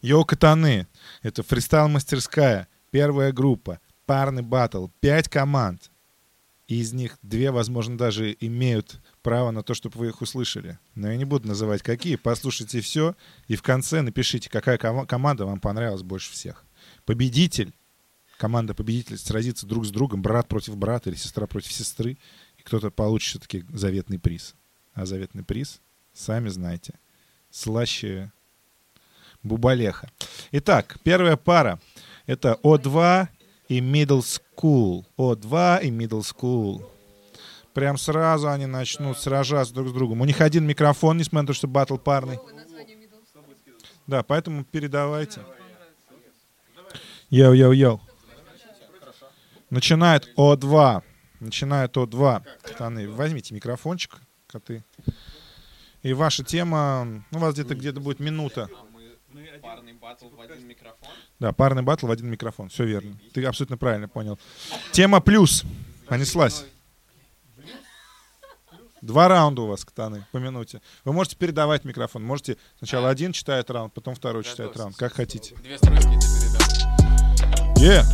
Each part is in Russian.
Йоу, катаны. Это фристайл-мастерская. Первая группа. Парный баттл. 5 команд. Из них 2, возможно, даже имеют право на то, чтобы вы их услышали. Но я не буду называть какие. Послушайте все. И в конце напишите, какая команда вам понравилась больше всех. Победитель. Команда победителей сразится друг с другом. Брат против брата или сестра против сестры. И кто-то получит все-таки заветный приз. А заветный приз, сами знаете, слаще бубалеха. Итак, первая пара. Это О2 и Middle School. О2 и Middle School. Прям сразу они начнут сражаться друг с другом. У них один микрофон, несмотря на то, что баттл парный. Да, поэтому передавайте. Йоу-йоу-йоу. Начинает О2. Начинает О2. Катаны, возьмите микрофончик, коты. И ваша тема, у вас где-то будет минута. Парный баттл в один микрофон? Да, парный баттл в один микрофон. Все верно. Ты абсолютно правильно понял. Тема плюс. Понеслась. 2 раунда у вас, катаны, по минуте. Вы можете передавать микрофон. Можете сначала один читает раунд, потом второй читает раунд. Как хотите. 2 строчки ты передашь.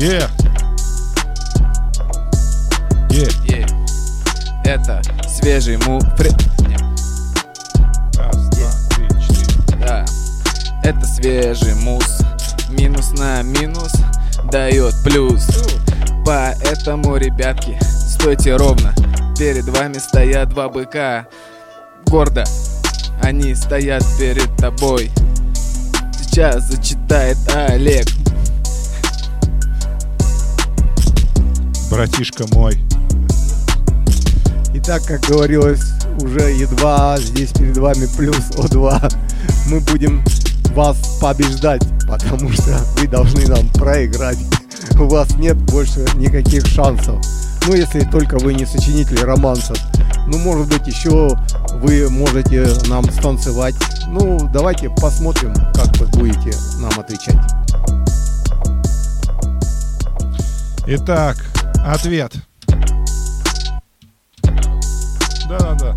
Это свежий Раз, 2, 3, 4. Да. Это свежий мусс. Минус на минус дает плюс. Поэтому, ребятки, стойте ровно. Перед вами стоят 2 быка. Гордо они стоят перед тобой. Сейчас зачитает Олег. Братишка мой. Итак, как говорилось, уже едва здесь перед вами плюс О2. Мы будем вас побеждать, потому что вы должны нам проиграть. У вас нет больше никаких шансов. Ну, если только вы не сочинители романсов. Ну, может быть, еще вы можете нам станцевать. Ну, давайте посмотрим, как вы будете нам отвечать. Итак, ответ. Да.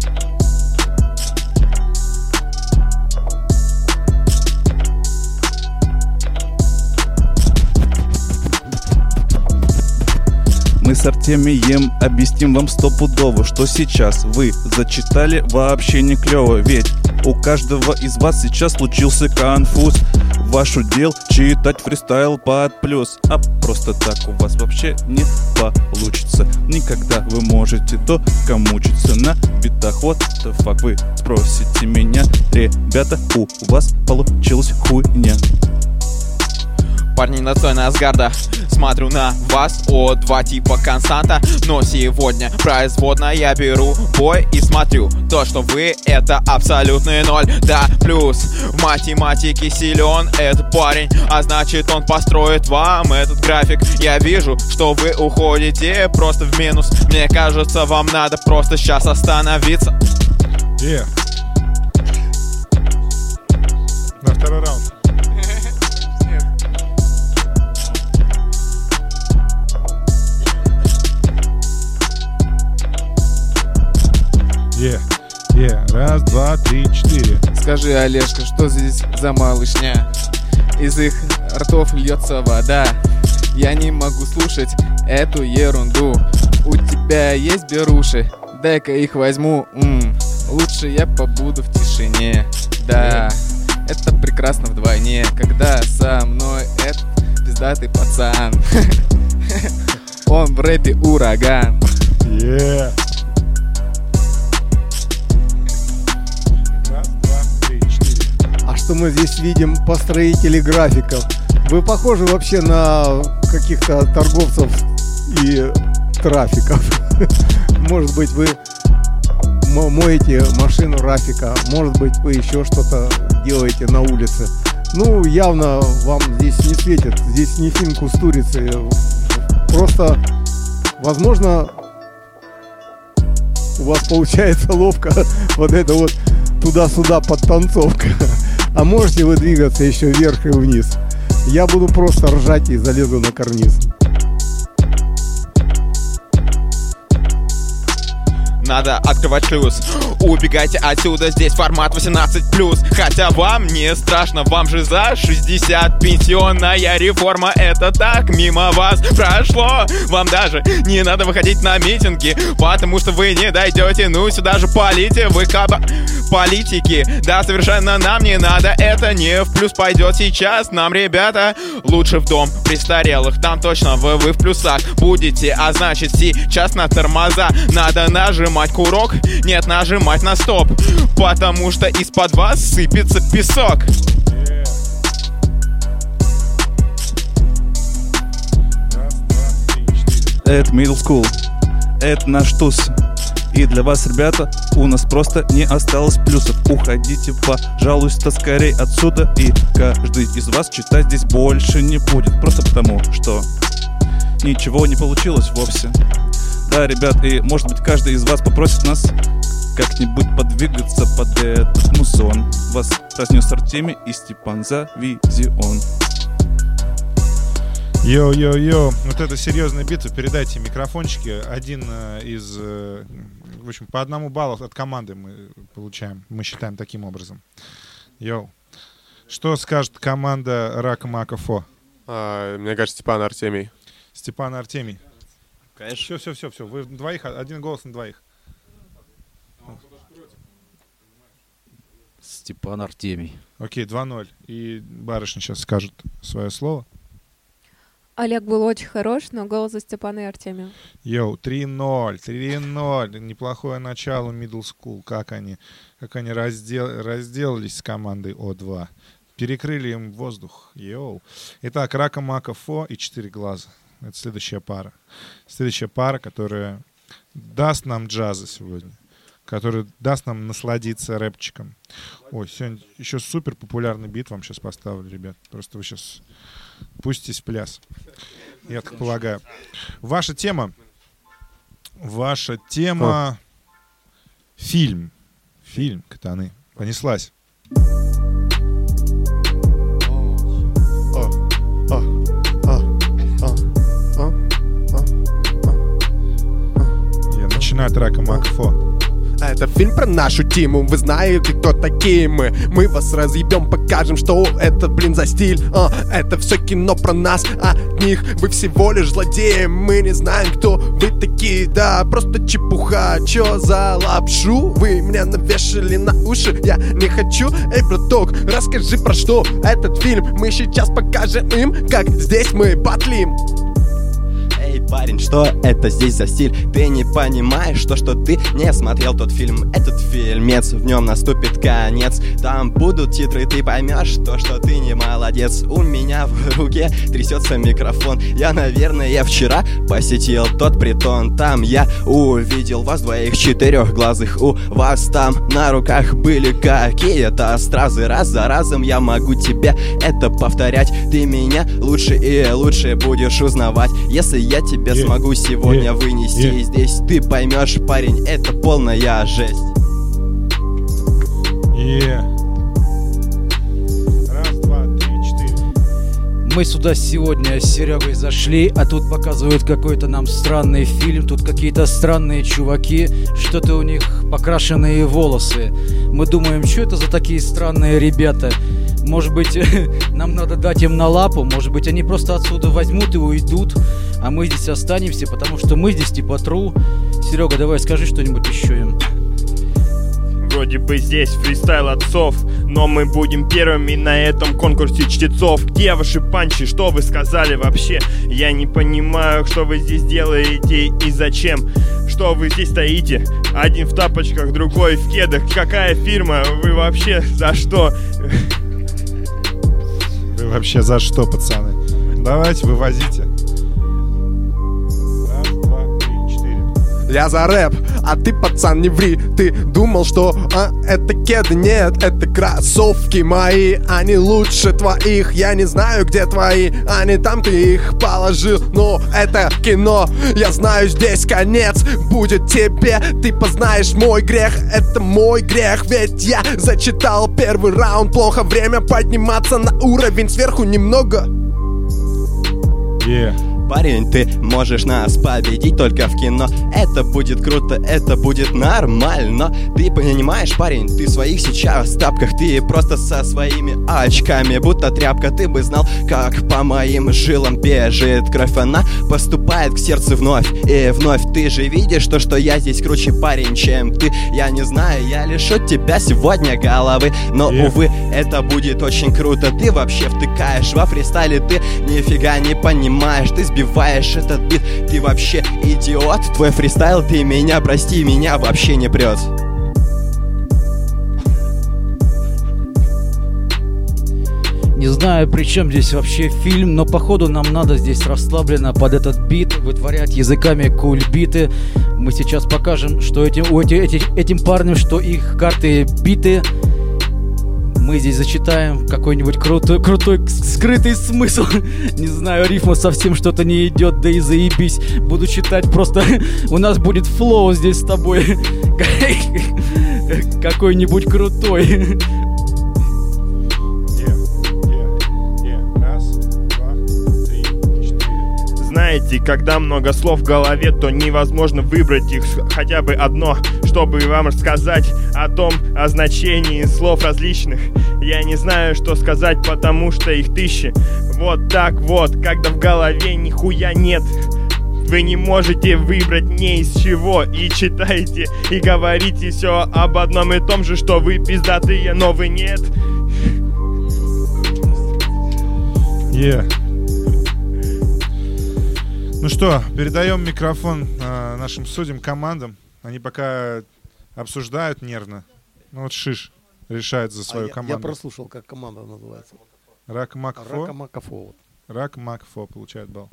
Мы с Артемием объясним вам стопудово, что сейчас вы зачитали вообще не клево. Ведь у каждого из вас сейчас случился конфуз. Ваш удел читать фристайл под плюс. А просто так у вас вообще не получится. Никогда вы можете только мучиться на битах. Вот the fuck, вы спросите меня. Ребята, у вас получилась хуйня. Парни на цены Асгарда, смотрю на вас, О2 типа константа. Но сегодня производно я беру бой и смотрю, то что вы это абсолютный ноль. Да, плюс в математике силен этот парень, а значит он построит вам этот график. Я вижу, что вы уходите просто в минус. Мне кажется, вам надо просто сейчас остановиться. На второй раунд. Раз, 2, 3, 4. Скажи, Олежка, что здесь за малышня? Из их ртов льется вода. Я не могу слушать эту ерунду. У тебя есть беруши? Дай-ка их возьму. Лучше я побуду в тишине. Да, это прекрасно вдвойне, когда со мной этот пиздатый пацан. Он в рэпе ураган. Что мы здесь видим построители графиков. Вы похожи вообще на каких-то торговцев и трафиков. Может быть, вы моете машину Рафика, может быть, вы еще что-то делаете на улице. Ну, явно вам здесь не светит. Здесь не фильм Кустурицы. Просто, возможно, у вас получается ловко вот это вот туда-сюда подтанцовка. А можете вы двигаться еще вверх и вниз? Я буду просто ржать и залезу на карниз. надо открывать шлюз. Убегайте отсюда, здесь формат 18+. Хотя вам не страшно, вам же за 60. Пенсионная реформа, это так мимо вас прошло. Вам даже не надо выходить на митинги, потому что вы не дойдете. Ну сюда же полите, вы политики. Да, совершенно нам не надо, это не в плюс пойдет сейчас нам, ребята. Лучше в дом престарелых, там точно вы в плюсах будете. А значит сейчас на тормоза надо нажимать курок, нет, нажимать на стоп, потому что из-под вас сыпется песок. Это middle school, это наш туз. И для вас, ребята, у нас просто не осталось плюсов. Уходите, пожалуйста, скорей отсюда. И каждый из вас читать здесь больше не будет. Просто потому, что ничего не получилось вовсе. Да, ребят, и может быть каждый из вас попросит нас как-нибудь подвигаться под этот музон. Вас разнес Артемий и Степан Завизион. Йо-йо-йо, вот это серьезная битва. Передайте микрофончики. Один из... В общем, по 1 баллу от команды мы получаем. Мы считаем таким образом. Йоу. Что скажет команда Рака Мака Фо? Мне кажется, Степан Артемий. Степан Артемий. Конечно. Все. Вы двоих, один голос на двоих. Степан Артемий. Окей, 2-0. И барышня сейчас скажет свое слово. Олег был очень хорош, но голос за Степана и Артемия. Йоу, 3-0. Неплохое начало middle school. Как они разделались с командой О2. Перекрыли им воздух. Йоу. Итак, Рака Мака Фо и 4 глаза. Это следующая пара. Следующая пара, которая даст нам джаза сегодня. Которая даст нам насладиться рэпчиком. Ой, сегодня еще супер популярный бит вам сейчас поставлю, ребят. Просто вы сейчас пуститесь в пляс. Я так полагаю. Ваша тема фильм. Фильм «Катаны». Понеслась. Я начинаю Рака Мака Фо. Это фильм про нашу тиму, вы знаете, кто такие мы. Мы вас разъебем, покажем, что это, за стиль. Это все кино про нас, от них вы всего лишь злодеи. Мы не знаем, кто вы такие, да, просто чепуха. Чё за лапшу вы меня навешали на уши? Я не хочу, эй, браток, расскажи, про что этот фильм. Мы сейчас покажем им, как здесь мы батлим. Эй, парень, что это здесь за стиль? Ты не понимаешь, что ты не смотрел тот фильм. Этот фильмец, в нем наступит конец. Там будут титры, ты поймешь что ты не молодец. У меня в руке трясется микрофон. Я, наверное, вчера посетил тот притон. Там я увидел вас двоих четырехглазых. У вас там на руках были какие-то стразы. Раз за разом я могу тебе это повторять. Ты меня лучше и лучше будешь узнавать. Если я тебя смогу сегодня вынести здесь, ты поймешь, парень, это полная жесть. Раз, два, три, 4. Мы сюда сегодня с Серегой зашли, а тут показывают какой-то нам странный фильм. Тут какие-то странные чуваки, что-то у них покрашенные волосы. Мы думаем, что это за такие странные ребята? Может быть, нам надо дать им на лапу, может быть, они просто отсюда возьмут и уйдут, а мы здесь останемся, потому что мы здесь типа тру. Серега, давай скажи что-нибудь еще им. Вроде бы здесь фристайл отцов, но мы будем первыми на этом конкурсе чтецов. Где ваши панчи? Что вы сказали вообще? Я не понимаю, что вы здесь делаете и зачем. Что вы здесь стоите? Один в тапочках, другой в кедах. Какая фирма? Вы вообще за что? Вы вообще за что, пацаны? Давайте, вывозите. Раз, два, три, 4. Я за рэп, а ты, пацан, не ври. Ты думал, что это кеды? Нет, это кроссовки мои. Они лучше твоих. Я не знаю, где твои. Они там, ты их положил. Но это кино. Я знаю, здесь конец будет тебе. Ты познаешь мой грех. Это мой грех. Ведь я зачитал первый раунд. Плохо время подниматься на уровень сверху немного. Парень, ты можешь нас победить только в кино. Это будет круто, это будет нормально. Ты понимаешь, парень, ты в своих сейчас тапках. Ты просто со своими очками, будто тряпка. Ты бы знал, как по моим жилам бежит кровь. Она поступает к сердцу вновь и вновь. Ты же видишь то, что я здесь круче, парень, чем ты. Я не знаю, я лишу тебя сегодня головы, но, увы, это будет очень круто. Ты вообще втыкаешь во фристайле, ты нифига не понимаешь. Ты сбиваешь этот бит, ты вообще идиот. Твой фристайл, ты меня, прости, меня вообще не прет. Не знаю, при чем здесь вообще фильм, но походу нам надо здесь расслабленно под этот бит вытворять языками кульбиты. Мы сейчас покажем, что этим парням, что их карты биты. Мы здесь зачитаем какой-нибудь крутой скрытый смысл. Не знаю, рифма совсем что-то не идет, да и заебись. Буду читать просто. У нас будет флоу здесь с тобой. Какой-нибудь крутой. Знаете, когда много слов в голове, то невозможно выбрать их хотя бы одно, чтобы вам рассказать о том, о значении слов различных. Я не знаю, что сказать, потому что их тысячи. Вот так вот, когда в голове нихуя нет. Вы не можете выбрать ни из чего. И читаете, и говорите все об одном и том же, что вы пиздатые, но вы нет. Ну что, передаем микрофон нашим судьям, командам. Они пока обсуждают нервно. Ну вот Шиш решает за свою команду. Я прослушал, как команда называется. Рак-Макфо. Рак-Макфо получает балл.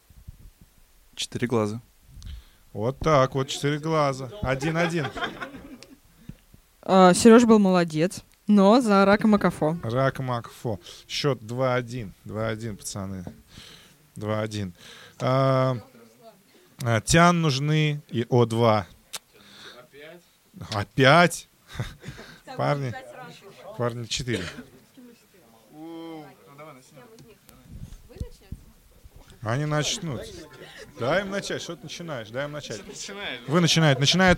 4 глаза. Вот так вот, 4 глаза. 1-1. Сереж был молодец, но за Рак-Макфо. Рак-Макфо. Счет 2-1. 2-1, пацаны. 2-1. Тян нужны и О2. Опять? Парни 4. Они начнут. Дай им начать. Что ты начинаешь? Дай им начать. Вы начинаете. Начинает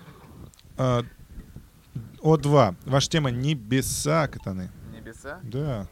О2. Ваша тема небеса, катаны. Небеса? Да.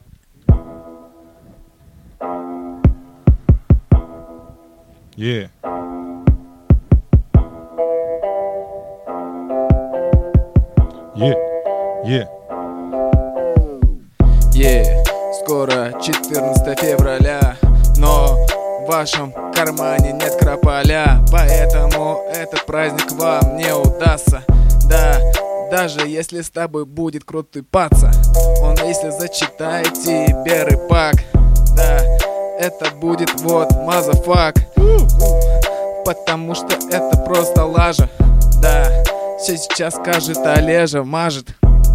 Скоро 14 февраля, но в вашем кармане нет крополя, поэтому этот праздник вам не удастся. Да, даже если с тобой будет крутой паца, он если зачитает тебе рыбак. Да, это будет вот мазафак, потому что это просто лажа. Да, все сейчас скажет Олежа, мажет.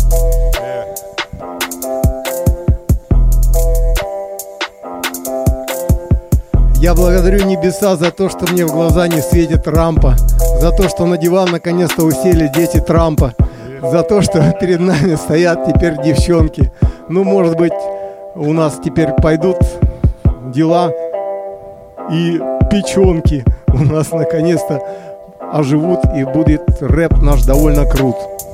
Я благодарю небеса за то, что мне в глаза не светит рампа, за то, что на диван наконец-то усели дети Трампа, за то, что перед нами стоят теперь девчонки. Ну, может быть, у нас теперь пойдут дела и печенки у нас наконец-то оживут, и будет рэп наш довольно крут.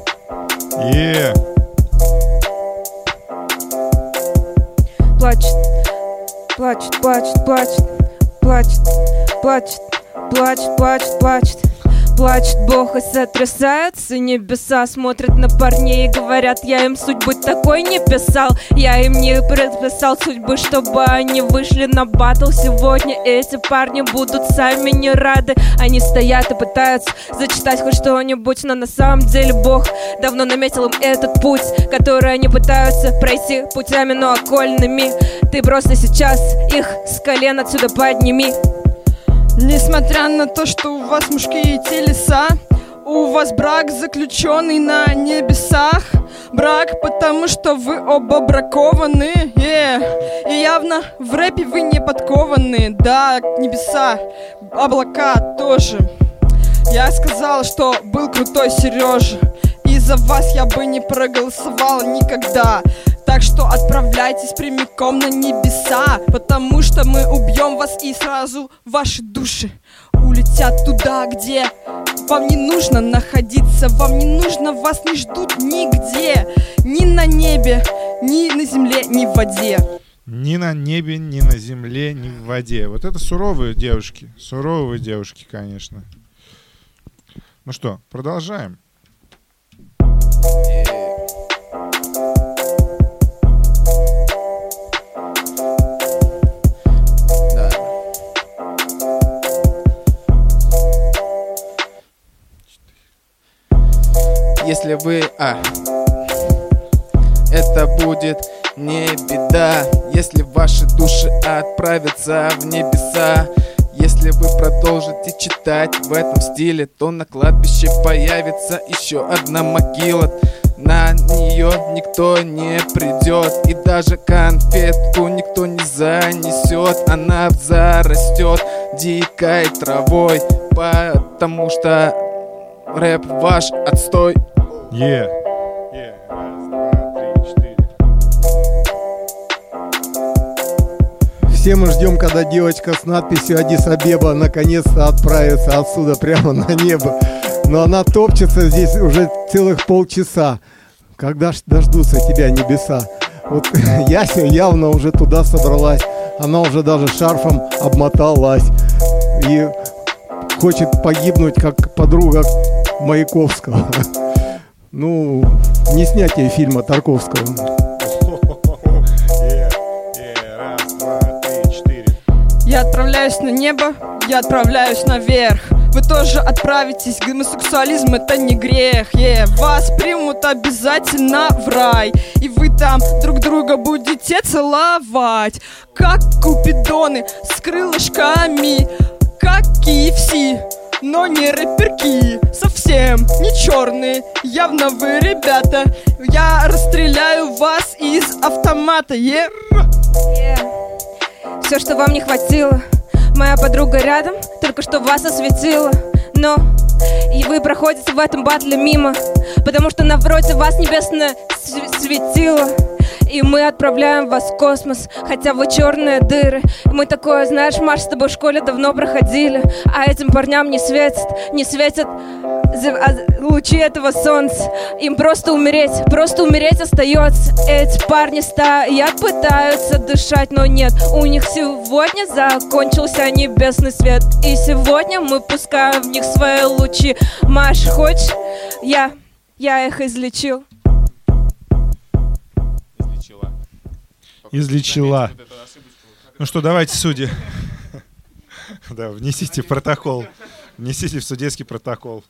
Плачет, плачет, плачет, плачет, плачет, плачет, плачет, плачет, плачет. Плачет Бог и сотрясаются небеса. Смотрят на парней и говорят: я им судьбы такой не писал. Я им не предписал судьбы, чтобы они вышли на баттл. Сегодня эти парни будут сами не рады. Они стоят и пытаются зачитать хоть что-нибудь, но на самом деле Бог давно наметил им этот путь, который они пытаются пройти путями, но окольными. Ты просто сейчас их с колен отсюда подними. Несмотря на то, что у вас мужские телеса, у вас брак заключенный на небесах. Брак, потому что вы оба бракованы, И явно в рэпе вы не подкованы. Да, небеса, облака тоже. Я сказал, что был крутой Сережа, и за вас я бы не проголосовала никогда. Так что отправляйтесь прямиком на небеса, потому что мы убьем вас и сразу ваши души улетят туда, где вам не нужно находиться. Вам не нужно, вас не ждут нигде. Ни на небе, ни на земле, ни в воде. Ни на небе, ни на земле, ни в воде. Вот это суровые девушки, конечно. Ну что, продолжаем. Если вы... Это будет не беда, если ваши души отправятся в небеса. Если вы продолжите читать в этом стиле, то на кладбище появится еще одна могила. На нее никто не придет, и даже конфетку никто не занесет. Она зарастет дикой травой, потому что рэп ваш отстой. Раз, два, три, 4. Все мы ждем, когда девочка с надписью «Аддис-Абеба» наконец-то отправится отсюда прямо на небо. Но она топчется здесь уже целых полчаса. Когда ж дождутся тебя небеса? Вот Яся явно уже туда собралась. Она уже даже шарфом обмоталась. И хочет погибнуть, как подруга Маяковского. Ну, не снятие фильма Тарковского. Раз, два, три, 4. Я отправляюсь на небо, я отправляюсь наверх. Вы тоже отправитесь, гомосексуализм это не грех. Вас примут обязательно в рай, и вы там друг друга будете целовать, как купидоны с крылышками, как KFC. Но не рэперки, совсем не черные, явно вы, ребята. Я расстреляю вас из автомата. Все, что вам не хватило, моя подруга рядом только что вас осветила. Но и вы проходите в этом батле мимо, потому что напротив вас небесное светило. И мы отправляем вас в космос, хотя вы черные дыры. И мы такое, знаешь, Маш, с тобой в школе давно проходили. А этим парням не светят лучи этого солнца. Им просто умереть остается. Эти парни стоят, пытаются дышать, но нет. У них сегодня закончился небесный свет. И сегодня мы пускаем в них свои лучи. Маш, хочешь? Я их излечил. Излечила. Ну что, давайте, судьи. Да, внесите в протокол. Внесите в судейский протокол.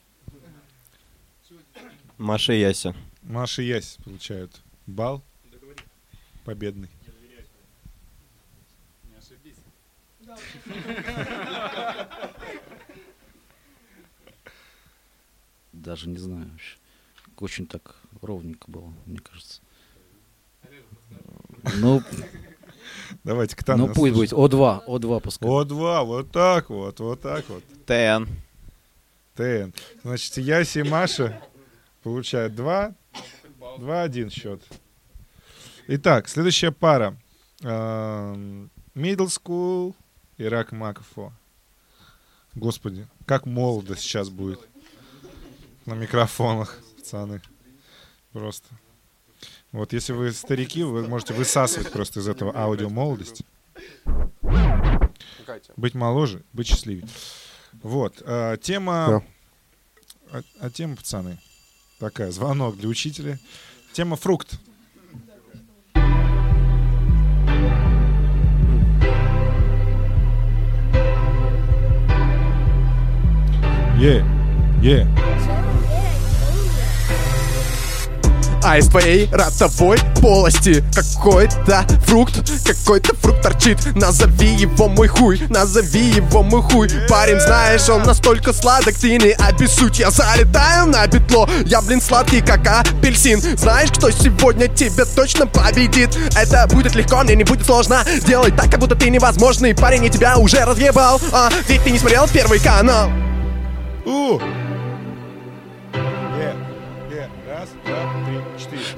Маша и Яся. Маша и Яся получают балл победный. Даже не знаю вообще. Очень так ровненько было, мне кажется. Ну, давайте кто ну пусть будет О2 пускай. О2, вот так вот. ТН. Значит, Яся и Маша получают 2-1 счет. Итак, следующая пара. Middle School и Рахмакофо. Господи, как молодо сейчас будет на микрофонах, пацаны. Просто. Вот если вы старики, вы можете высасывать просто из этого аудио молодость. Быть моложе, быть счастливее. Вот. Тема... тема, пацаны, такая. Звонок для учителя. Тема фрукт. А из твоей ротовой полости какой-то фрукт торчит. Назови его мой хуй. Парень, знаешь, он настолько сладок, ты не обессудь. Я залетаю на бетло, я, сладкий, как апельсин. Знаешь, кто сегодня тебя точно победит? Это будет легко, мне не будет сложно. Сделай так, как будто ты невозможный. Парень, я тебя уже разъебал, ведь ты не смотрел Первый канал. Раз.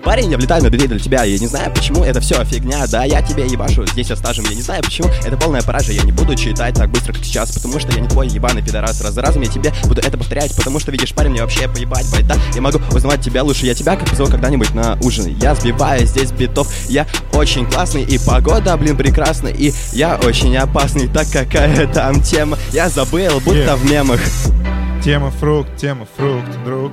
Парень, я влетаю на дверь для тебя. Я не знаю, почему это все фигня. Да, я тебе ебашу здесь со стажем. Я не знаю, почему это полная паража. Я не буду читать так быстро, как сейчас, потому что я не твой ебаный пидорас. Раз за разом я тебе буду это повторять, потому что, видишь, парень, мне вообще поебать, бать, да? Я могу узнавать тебя лучше. Я тебя как позову когда-нибудь на ужин. Я сбиваю здесь битов. Я очень классный, и погода, блин, прекрасна. И я очень опасный. Так какая там тема? Я забыл, будто в мемах. Тема фрукт, друг.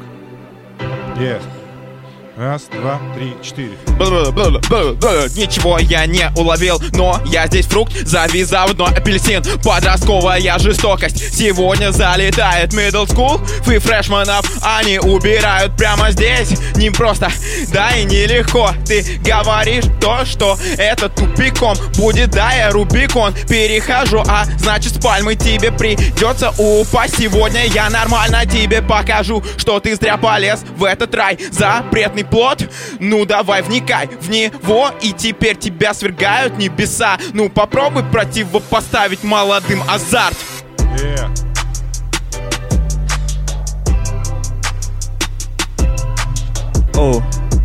Раз, два, три, четыре. Ничего я не уловил, но я здесь фрукт, завязав дно апельсин. Подростковая жестокость сегодня залетает middle school. И фрешманов они убирают прямо здесь. Не просто, да и нелегко. Ты говоришь то, что это тупиком будет, да, я Рубикон перехожу, а значит с пальмы тебе придется упасть. Сегодня я нормально тебе покажу, что ты зря полез в этот рай. Запретный плод, ну давай вникай в него, и теперь тебя свергают небеса. Ну попробуй противопоставить молодым азарт. Оу,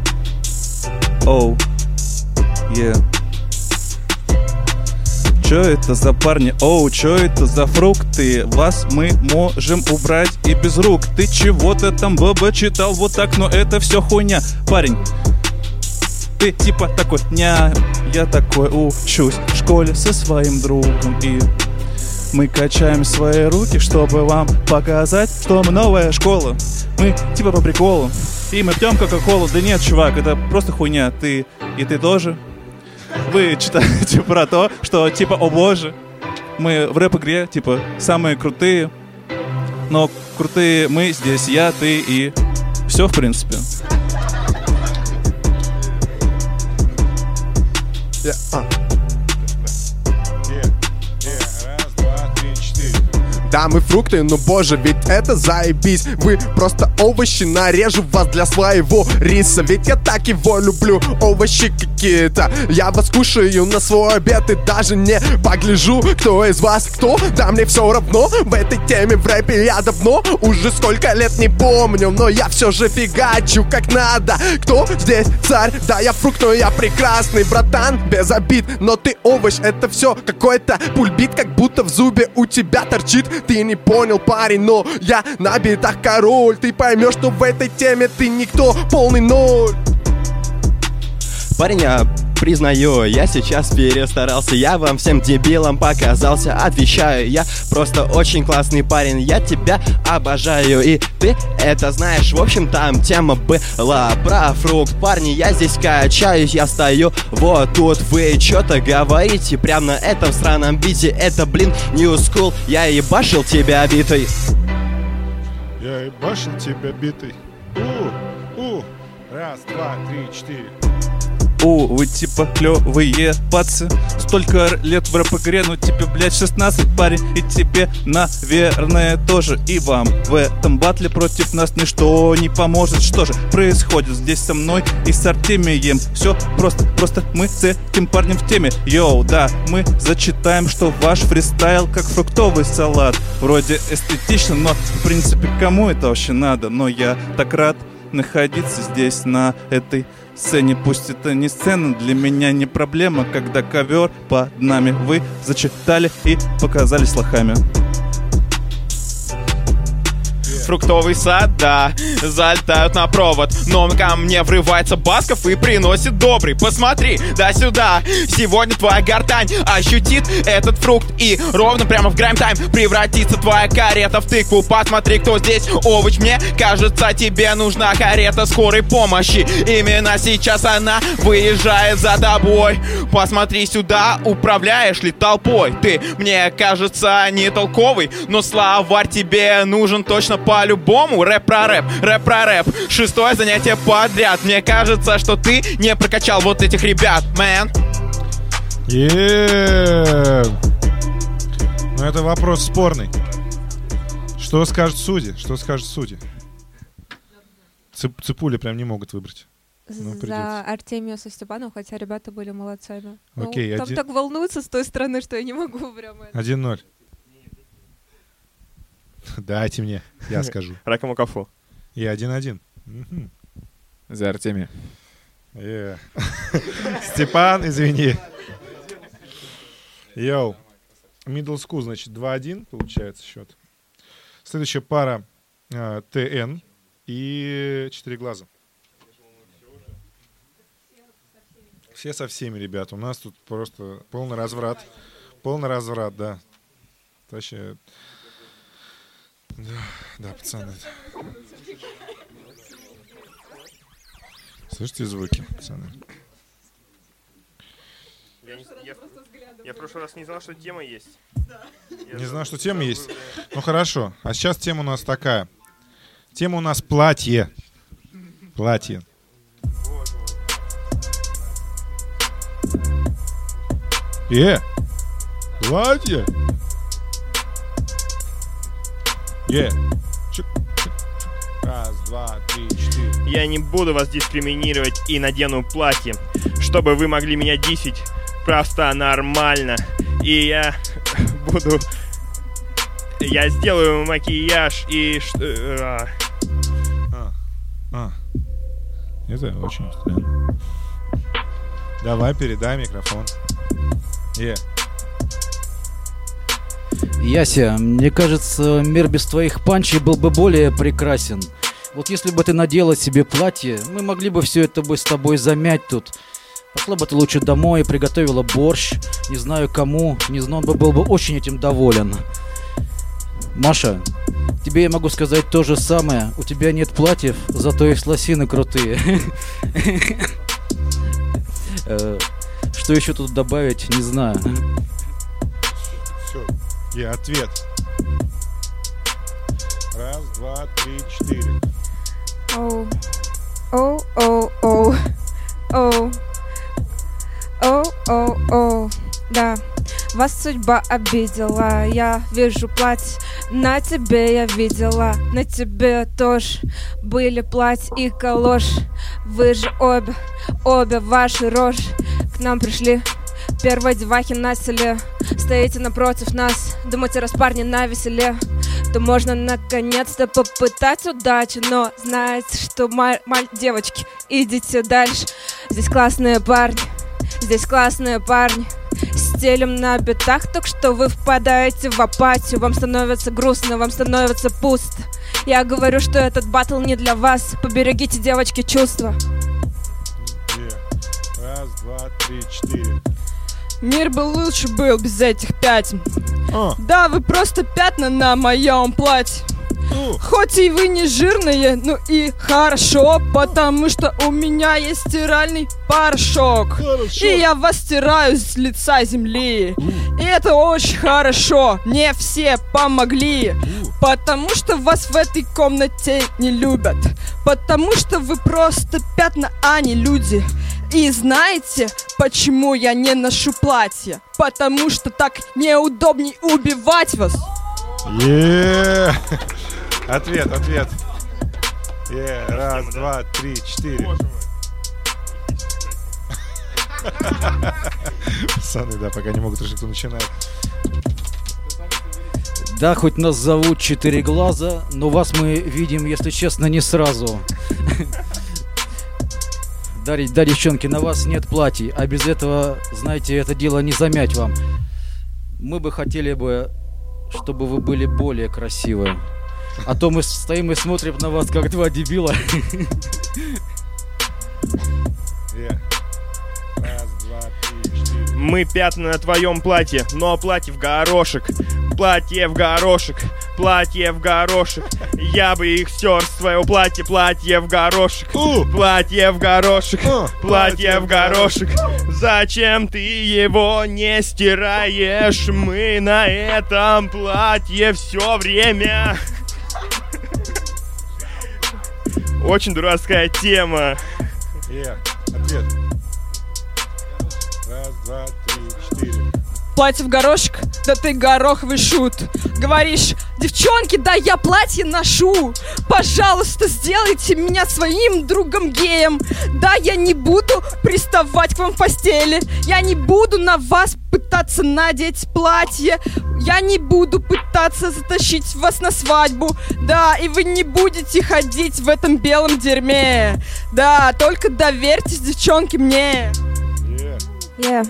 yeah. Чё это за парни? Оу, чё это за фрукты? Вас мы можем убрать и без рук. Ты чего-то там, баба, читал вот так, но это все хуйня. Парень, ты типа такой, ня, я такой учусь в школе со своим другом. И мы качаем свои руки, чтобы вам показать, что мы новая школа. Мы типа по приколу. И мы пьем кока-колу. Да нет, чувак, это просто хуйня. Ты и ты тоже. Вы читаете про то, что типа, о боже, мы в рэп-игре, типа, самые крутые. Но крутые мы здесь, я, ты и все, в принципе. Да, мы фрукты, но боже, ведь это заебись. Вы просто овощи, нарежу вас для своего риса. Ведь я так его люблю, овощи какие-то. Я вас кушаю на свой обед и даже не погляжу, кто из вас кто. Да мне все равно, в этой теме в рэпе я давно. Уже сколько лет не помню, но я все же фигачу как надо. Кто здесь царь? Да я фрукт, но я прекрасный, братан, без обид. Но ты овощ, это все какой-то пульбит, как будто в зубе у тебя торчит. Ты не понял, парень, но я на битах король. Ты поймешь, что в этой теме ты никто, полный ноль. Парень, я признаю, я сейчас перестарался. Я вам всем дебилам показался. Отвечаю, я просто очень классный парень. Я тебя обожаю, и ты это знаешь. В общем, там тема была про фрукт. Парни, я здесь качаюсь, я стою вот тут. Вы что-то говорите прямо на этом сраном бите. Это, блин, New School. Я ебашил тебя битой. Я ебашил тебя битой. Раз, два, три, четыре. Вы типа клевые пацы. Столько лет в рэп-игре, ну тебе, блядь, 16, парень. И тебе, наверное, тоже. И вам в этом батле против нас ничто не поможет. Что же происходит здесь со мной и с Артемием? Все просто мы с этим парнем в теме. Йоу, да, мы зачитаем, что ваш фристайл как фруктовый салат. Вроде эстетично, но в принципе кому это вообще надо? Но я так рад находиться здесь, на этой сцене. Пусть это не сцена, для меня не проблема, когда ковер под нами вы зачитали и показались лохами. Фруктовый сад, да, залетают на провод. Но ко мне врывается Басков и приносит добрый. Посмотри, да сюда, сегодня твоя гортань ощутит этот фрукт. И ровно прямо в грайм-тайм превратится твоя карета в тыкву. Посмотри, кто здесь овощ. Мне кажется, тебе нужна карета скорой помощи. Именно сейчас она выезжает за тобой. Посмотри сюда, управляешь ли толпой? Ты, мне кажется, не толковый, но словарь тебе нужен точно по-любому. Рэп про рэп, рэп про рэп. 6-е занятие подряд. Мне кажется, что ты не прокачал вот этих ребят, мэн. Ну это вопрос спорный. Что скажут судьи? Что скажут судьи? Ципули прям не могут выбрать. За Артемия со Степаном, хотя ребята были молодцами. Окей, там так волнуются с той стороны, что я не могу прямо... 1-0. Дайте мне, я скажу. Ракамукафу. И 1-1. За Артемия. Степан, извини. Йоу. Middle School, значит, 2-1 получается счет. Следующая пара ТН и 4 глаза. Все со всеми, ребят. У нас тут просто полный разврат. Полный разврат, да. Вообще... Да, пацаны. Слышите звуки, пацаны? Я в прошлый раз не знал, что тема есть. Не знал, что тема есть? Ну хорошо. А сейчас тема у нас такая. Тема у нас платье. Платье. Платье. Раз, два, три, четыре. Я не буду вас дискриминировать и надену платье, чтобы вы могли меня дисить просто нормально. И я буду... Я сделаю макияж и... Это очень странно. Давай, передай микрофон. Яся, мне кажется, мир без твоих панчей был бы более прекрасен. Вот если бы ты надела себе платье, мы могли бы все это бы с тобой замять тут. Пошла бы ты лучше домой и приготовила борщ. Не знаю кому, не знаю, он бы был бы очень этим доволен. Маша, тебе я могу сказать то же самое. У тебя нет платьев, зато их лосины крутые. Что еще тут добавить, не знаю. Все, я ответ. Раз, два, три, четыре. Оу, оу, оу, оу, оу, оу, оу, оу, да. Вас судьба обидела, я вижу платье, на тебе я видела, на тебе тоже были платье и калош. Вы же обе ваши рожи к нам пришли, первые девахи на селе. Стоите напротив нас, думаете, раз парни на веселе, то можно наконец-то попытать удачи. Но знаете, что, девочки, идите дальше. Здесь классные парни, здесь классные парни. Стелем на битах, так что вы впадаете в апатию. Вам становится грустно, вам становится пусто. Я говорю, что этот баттл не для вас. Поберегите, девочки, чувства. Раз, два, три, четыре. Мир бы лучше был без этих пятен. Да, вы просто пятна на моем платье. Хоть и вы не жирные, ну и хорошо, потому что у меня есть стиральный порошок. И я вас стираю с лица земли. И это очень хорошо, мне все помогли. Потому что вас в этой комнате не любят. Потому что вы просто пятна, а не люди. И знаете, почему я не ношу платье? Потому что так неудобней убивать вас. Ответ. Раз, два, три, четыре. Пацаны, да, пока не могут решить, кто начинает. Да, хоть нас зовут 4 глаза, но вас мы видим, если честно, не сразу. Да, девчонки, на вас нет платья, а без этого, знаете, это дело не замять вам. Мы бы хотели бы, чтобы вы были более красивы. А то мы стоим и смотрим на вас, как два дебила. Раз, два, три, четыре. Мы пятна на твоем платье, но платье в горошек. Платье в горошек, платье в горошек. Я бы их стер с твоего платья, платье в горошек. Платье в горошек, платье в горошек. Зачем ты его не стираешь? Мы на этом платье все время. Очень дурацкая тема. Ответ. Раз, два, три, четыре. платье в горошек, да ты гороховый шут. Говоришь, девчонки, да я платье ношу. Пожалуйста, сделайте меня своим другом геем. Да, я не буду приставать к вам в постели. Я не буду на вас пытаться надеть платье. Я не буду пытаться затащить вас на свадьбу. Да, и вы не будете ходить в этом белом дерьме. Да, только доверьтесь, девчонки, мне. Yeah.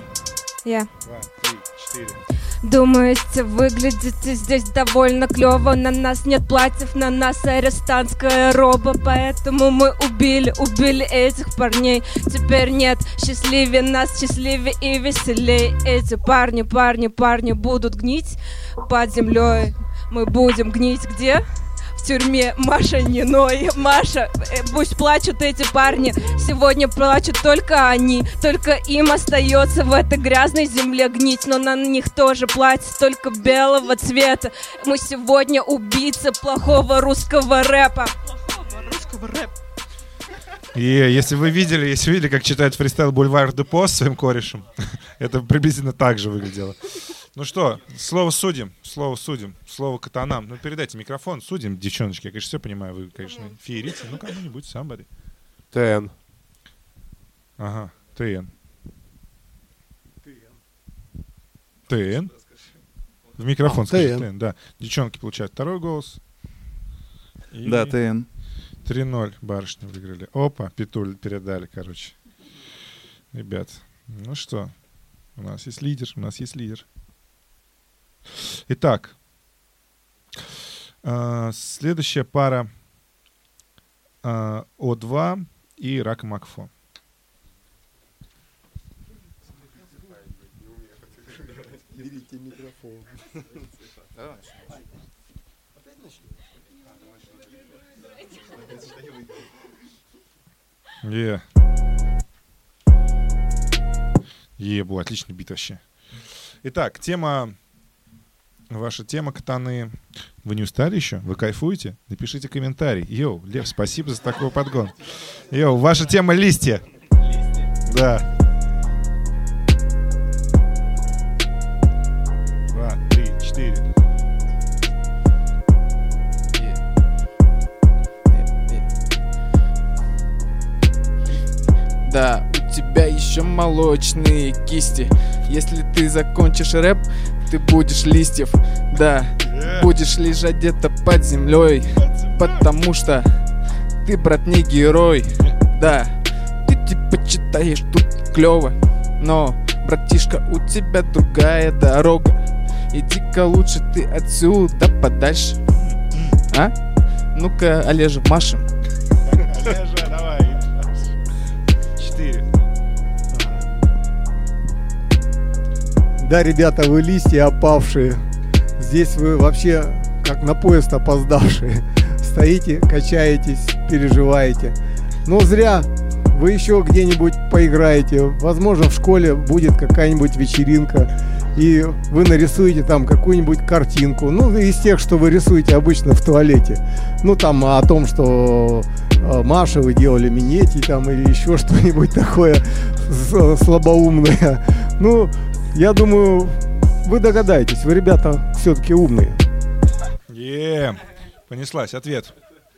Думаете, выглядите здесь довольно клево. На нас нет платьев, на нас арестантская роба. Поэтому мы убили этих парней. Теперь нет, счастливее нас, счастливее и веселей. Эти парни будут гнить под землей. Мы будем гнить где? В тюрьме. Маша, не ной. Маша, пусть плачут эти парни. Сегодня плачут только они. Только им остается в этой грязной земле гнить. Но на них тоже платье только белого цвета. Мы сегодня убийцы плохого русского рэпа. И если вы видели, как читает фристайл Бульвар де Пост своим корешем, это приблизительно так же выглядело. Ну что, слово катанам. Ну, передайте микрофон, судим, девчоночки. Я, конечно, все понимаю, вы, конечно, феерите. Ну, кому-нибудь, somebody. ТН. Ага, ТН. ТН? В микрофон скажи, ТН, да. Девчонки получают второй голос. И да, ТН. 3-0 барышни выиграли. Опа, петуль передали, короче. Ребят, ну что, у нас есть лидер. Итак, следующая пара О2 и Ракамакфо. Берите микрофон. Был отличный бит вообще. Итак, ваша тема, катаны. Вы не устали еще? Вы кайфуете? Напишите комментарий. Йоу, Лев, спасибо за такой подгон. Йоу, ваша тема листья. Да. 2, 3, 4. Да, у тебя еще молочные кисти. Если ты закончишь рэп, ты будешь листьев. Да, будешь лежать где-то под землей. Потому что ты, брат, не герой. Да, ты типа читаешь тут клево. Но, братишка, у тебя другая дорога. Иди-ка лучше ты отсюда подальше. А? Ну-ка, Олежа, машем. Олежа, давай. 4. Да, ребята, вы листья опавшие. Здесь вы вообще как на поезд опоздавшие. Стоите, качаетесь, переживаете. Но зря. Вы еще где-нибудь поиграете. Возможно, в школе будет какая-нибудь вечеринка. И вы нарисуете там какую-нибудь картинку. Ну, из тех, что вы рисуете обычно в туалете. Ну, там о том, что Маша, вы делали минети там или еще что-нибудь такое слабоумное. Ну, я думаю, вы догадаетесь. Вы, ребята, все-таки умные. Понеслась. Ответ.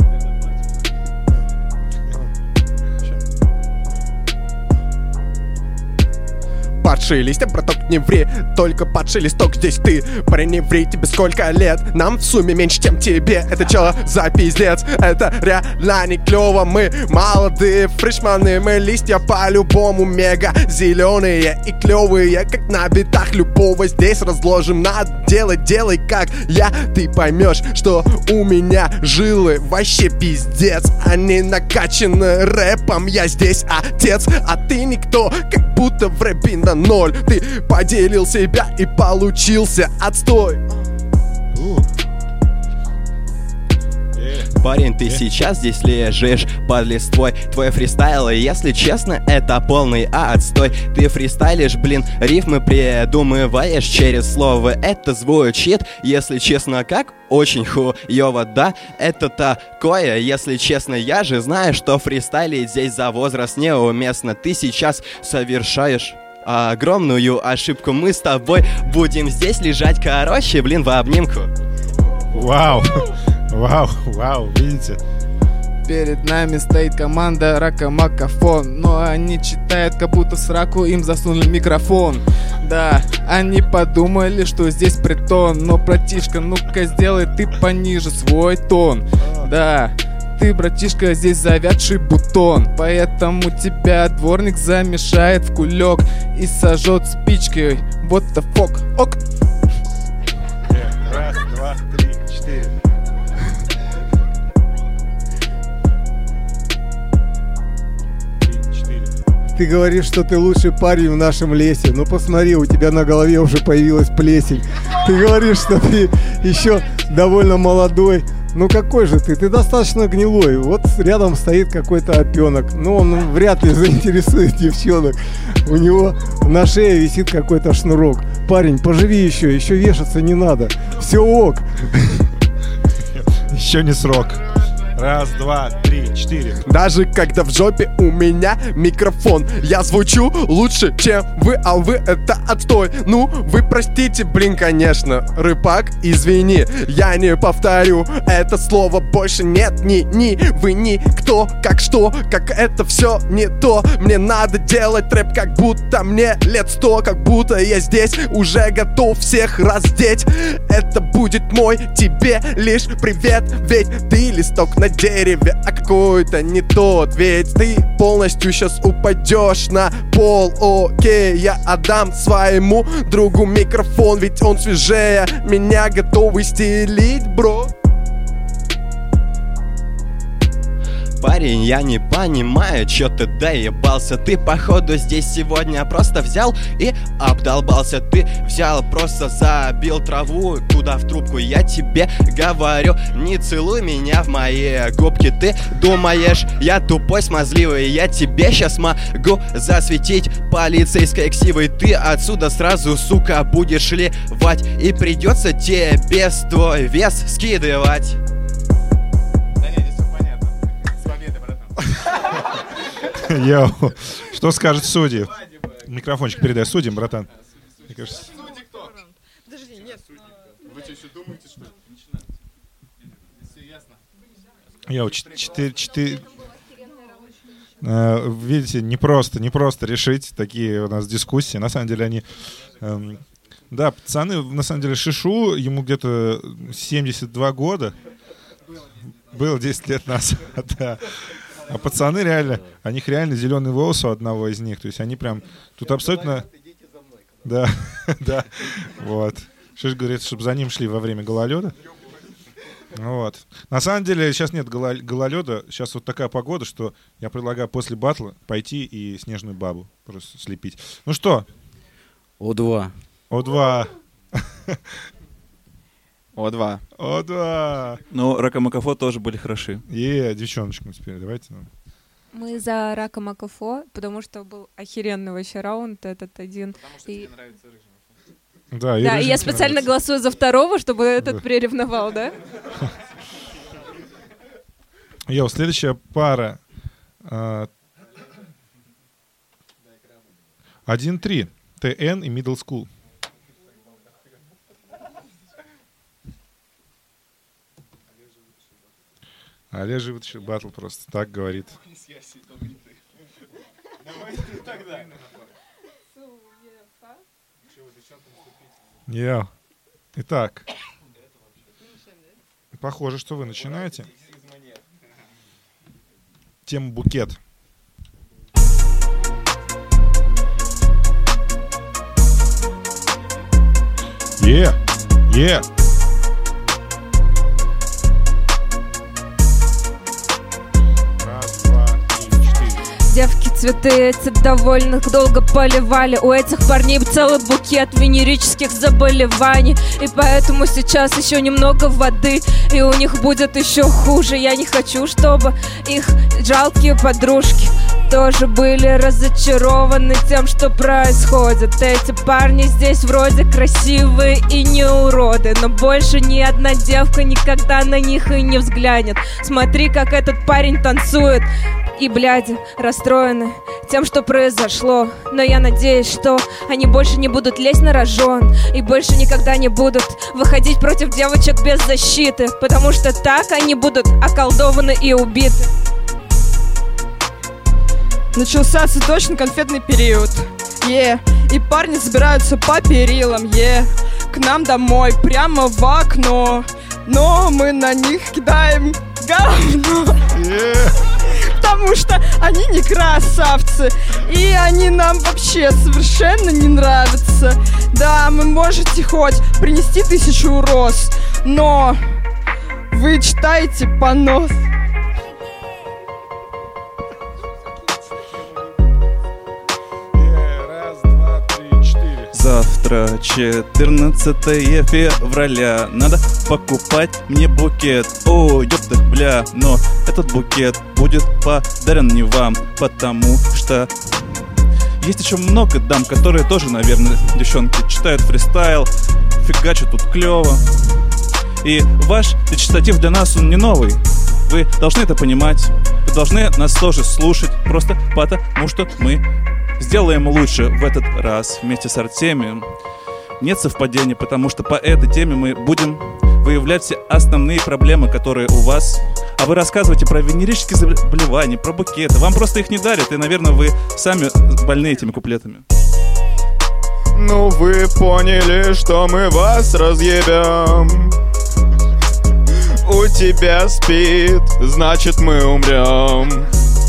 Падшие листья, браток, не ври. Только падший листок здесь ты. Парень, не ври, тебе сколько лет? Нам в сумме меньше, чем тебе. Это чё за пиздец? Это реально не клёво. Мы молодые фрешманы. Мы листья по-любому мега зеленые и клёвые, как на битах любого здесь разложим. Надо делай как я. Ты поймешь, что у меня жилы вообще пиздец. Они накачаны рэпом. Я здесь отец, а ты никто. Как будто в рэпе на ноль. Ты поделил себя и получился отстой. Парень, ты сейчас здесь лежишь под листвой. Твой фристайл, если честно, это полный отстой. Ты фристайлишь, блин, рифмы придумываешь через слово. Это звучит, если честно, как очень хуёво, да? Это такое, если честно. Я же знаю, что фристайлить здесь за возраст неуместно. Ты сейчас совершаешь огромную ошибку. Мы с тобой будем здесь лежать, короче, блин, в обнимку. Вау, вау, видите? Перед нами стоит команда Ракамакафон, но они читают, как будто в сраку им засунули микрофон. Да, они подумали, что здесь притон, но, братишка, ну-ка сделай ты пониже свой тон. Да, ты, братишка, здесь завядший бутон, поэтому тебя дворник замешает в кулек и сожжет спичкой. What the fuck? Ок. Раз, два, три, четыре. Ты говоришь, что ты лучший парень в нашем лесе. Ну посмотри, у тебя на голове уже появилась плесень. Ты говоришь, что ты еще довольно молодой. Ну какой же ты? Ты достаточно гнилой. Вот рядом стоит какой-то опенок. Ну он вряд ли заинтересует девчонок. У него на шее висит какой-то шнурок. Парень, поживи еще вешаться не надо. Все ок. Еще не срок. Раз, два, три, четыре. Даже когда в жопе у меня микрофон, я звучу лучше, чем вы, а вы это отстой. Ну, вы простите, блин, конечно, рыбак, извини, я не повторю это слово больше. Нет, ни вы никто, как что, как это все не то. Мне надо делать рэп, как будто мне лет 100, как будто я здесь уже готов всех раздеть. Это будет мой тебе лишь привет, ведь ты листок на дереве, а какой-то не тот. Ведь ты полностью сейчас упадешь на пол. Окей, я отдам своему другу микрофон, ведь он свежее меня, готовый стелить, бро. Парень, я не понимаю, чё ты доебался. Ты, походу, здесь сегодня просто взял и обдолбался. Ты взял, просто забил траву туда в трубку. Я тебе говорю, не целуй меня в мои губки. Ты думаешь, я тупой, смазливый, я тебе сейчас могу засветить полицейской ксивой. Ты отсюда сразу, сука, будешь ливать, и придется тебе твой вес скидывать. Йоу, что скажут судьи? Микрофончик передай судьям, братан. Мне кажется... Судьи кто? Подожди, нет. Вы что, еще думаете, что ли? Все ясно. Йоу, 4... Видите, не просто решить такие у нас дискуссии. На самом деле они... Да, пацаны, на самом деле, Шишу, ему где-то 72 года. Было 10 лет назад, да. А пацаны реально, у них реально зеленый волос у одного из них. То есть они прям, тут абсолютно... Да, да, вот. Шиш говорит, чтобы за ним шли во время гололеда. Вот. На самом деле сейчас нет гололеда, сейчас вот такая погода, что я предлагаю после батла пойти и снежную бабу просто слепить. Ну что? О2. О2. О2. О2. Ну, Ракамакафо тоже были хороши. Девчоночкам теперь, давайте. Мы за Ракамакафо, потому что был охеренный вообще раунд этот один. Потому что тебе нравится рыжий. Да, и я специально голосую за второго, чтобы этот приревновал, да? Йоу, следующая пара. 1-3. ТН и Middle School. Олежий вытащил батл просто, так говорит. Йоу. Итак. Похоже, что вы начинаете. Тема букет. Yeah. Девки цветы эти довольно долго поливали. У этих парней целый букет венерических заболеваний. И поэтому сейчас еще немного воды, и у них будет еще хуже. Я не хочу, чтобы их жалкие подружки тоже были разочарованы тем, что происходит. Эти парни здесь вроде красивые и не уроды, но больше ни одна девка никогда на них и не взглянет. Смотри, как этот парень танцует. и бляди расстроены тем, что произошло. Но я надеюсь, что они больше не будут лезть на рожон и больше никогда не будут выходить против девочек без защиты, потому что так они будут околдованы и убиты. Начался цветочно-конфетный период, и парни забираются по перилам, к нам домой, прямо в окно, но мы на них кидаем говно, потому что они не красавцы, и они нам вообще совершенно не нравятся. Да, вы можете хоть принести 1000 роз, но вы читаете понос. Завтра 14 февраля. Надо покупать мне букет. О, ёпта, бля, но этот букет будет подарен не вам, потому что есть еще много дам, которые тоже, наверное, девчонки, читают фристайл, фигачат тут клево. И ваш речитатив для нас, он не новый. Вы должны это понимать. Вы должны нас тоже слушать, просто потому что мы сделаем лучше в этот раз вместе с Артемием. Нет совпадений, потому что по этой теме мы будем выявлять все основные проблемы, которые у вас. А вы рассказываете про венерические заболевания, про букеты. Вам просто их не дарят, и, наверное, вы сами больны этими куплетами. Ну вы поняли, что мы вас разъебем. У тебя спит, значит мы умрем.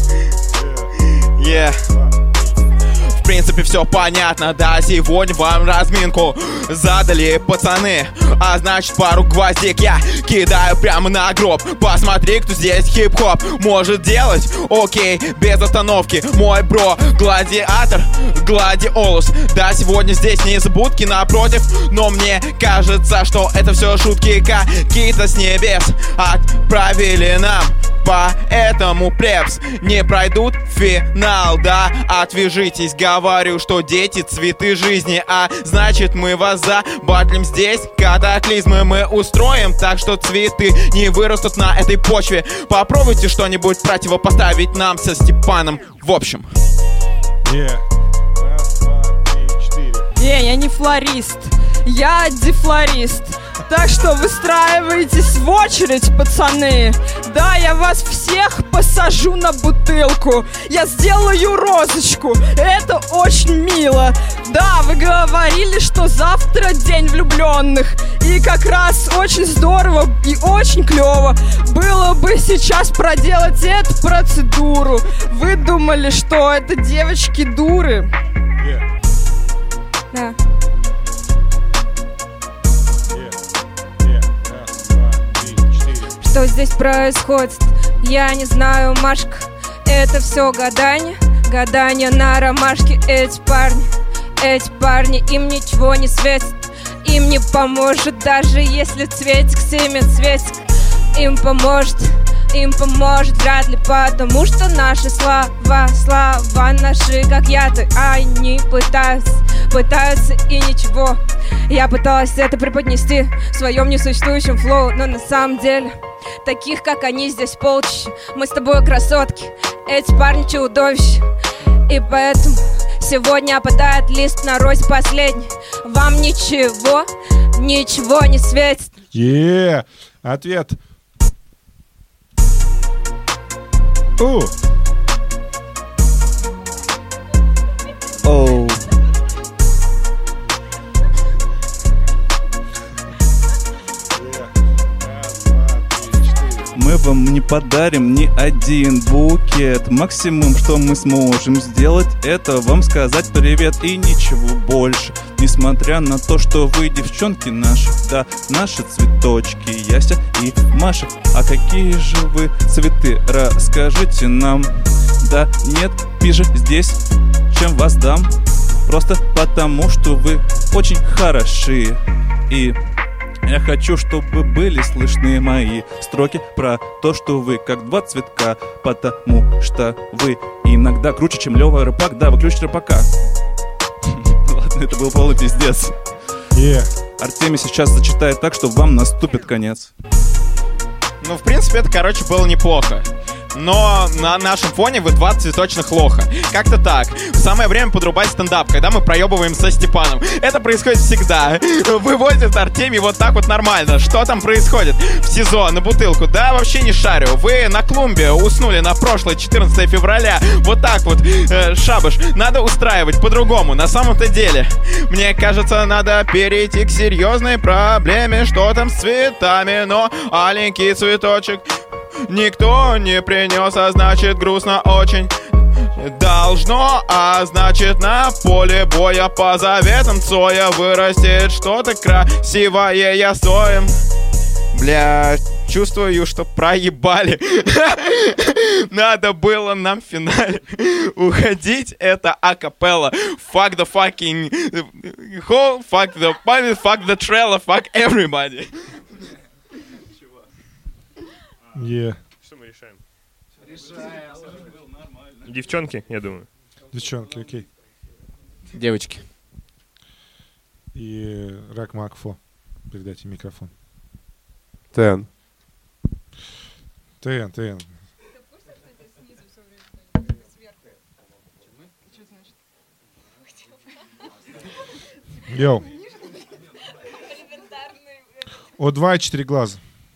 В принципе, все понятно, да, сегодня вам разминку задали пацаны, а значит пару гвоздик я кидаю прямо на гроб. Посмотри, кто здесь хип-хоп может делать, окей, без остановки. Мой бро, гладиатор, гладиолус. Да, сегодня здесь не незабудки напротив, но мне кажется, что это все шутки какие-то с небес отправили нам. Поэтому, плебс, не пройдут финал, да, отвяжитесь, говорю, что дети цветы жизни, а значит мы вас забатлим здесь, катаклизмы мы устроим, так что цветы не вырастут на этой почве. Попробуйте что-нибудь противопоставить нам со Степаном, в общем. Раз, два, три, 4. Я не флорист, я дефлорист. Так что выстраивайтесь в очередь, пацаны. Да, я вас всех посажу на бутылку. Я сделаю розочку, это очень мило. Да, вы говорили, что завтра день влюбленных, и как раз очень здорово и очень клево было бы сейчас проделать эту процедуру. Вы думали, что это девочки дуры? Да. Что здесь происходит, я не знаю, Машка. Это все гадание, гадание на ромашке. Эти парни, им ничего не светит. Им не поможет, даже если цветик сымет цветик. Им поможет вряд ли, потому что наши слова наши, как яды. Они пытаются и ничего. Я пыталась это преподнести в своем несуществующем флоу, но на самом деле таких, как они, здесь полчища. Мы с тобой красотки, эти парни чудовища. И поэтому сегодня опадает лист на розе последний. Вам ничего не светит. Ответ. Мы вам не подарим ни один букет. Максимум, что мы сможем сделать, это вам сказать привет и ничего больше. Несмотря на то, что вы, девчонки наши, да, наши цветочки, Яся и Маша. А какие же вы цветы, расскажите нам. Да нет, пиже здесь, чем вас дам. Просто потому, что вы очень хороши. И я хочу, чтобы были слышны мои строки про то, что вы как два цветка, потому что вы иногда круче, чем Лёва Рыбак. Да, вы ключ рыбака. Ладно, это был полный пиздец. Артемий сейчас зачитает так, что вам наступит конец. Ну, в принципе, это, короче, было неплохо. но на нашем фоне вы два цветочных лоха. Как-то так. Самое время подрубать стендап, когда мы проебываем со Степаном. Это происходит всегда. Выводит Артемий вот так вот нормально. Что там происходит? В СИЗО, на бутылку. Да, вообще не шарю. Вы на клумбе уснули на прошлое 14 февраля. Вот так вот. Шабаш. Надо устраивать по-другому. На самом-то деле. Мне кажется, надо перейти к серьезной проблеме. Что там с цветами? Но аленький цветочек никто не принес, а значит грустно очень. Должно, а значит на поле боя по заветам Цоя вырастет что-то красивое, я соем. Бля, чувствую, что проебали. Надо было нам в финале уходить. Это акапелла. Fuck the fucking hole, fuck the planet, fuck the trailer, fuck everybody. Что мы решаем? Девчонки, я думаю. Девчонки, окей. Девочки. И Рак Макфо. Передайте микрофон. ТН. Йоу. О2 и 4 глаза.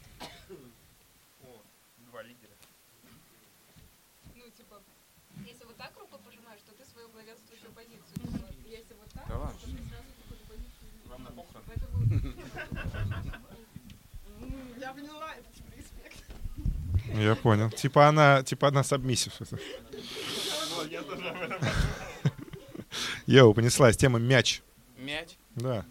Я понял. Типа она сабмиссив. Йоу, понеслась. Тема мяч. Мяч? Да.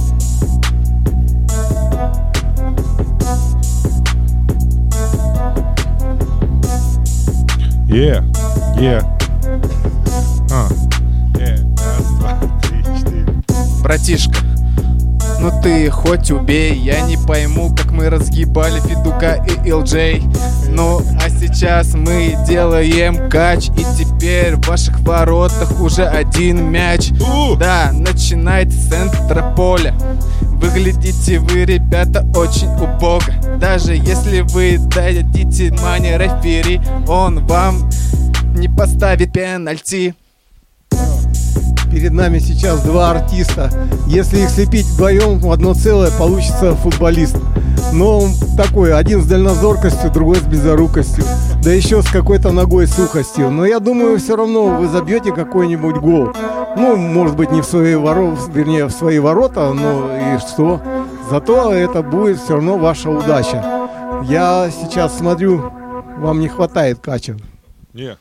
Раз, два, три, четыре. Братишка, ну ты хоть убей, я не пойму, как мы разгибали Федука и ЛД. Ну, а сейчас мы делаем кач, и теперь в ваших воротах уже один мяч. Да, начинайте с центра поля. Выглядите вы, ребята, очень убого. Даже если вы дадите мани рефери, он вам не поставит пенальти. Перед нами сейчас два артиста. Если их слепить вдвоем в одно целое, получится футболист. Но он такой, один с дальнозоркостью, другой с близорукостью. Да еще с какой-то ногой сухостью. Но я думаю, все равно вы забьете какой-нибудь гол. Ну, может быть, не в свои ворота, вернее, в свои ворота, но и что? Зато это будет все равно ваша удача. Я сейчас смотрю, вам не хватает кача. Yeah.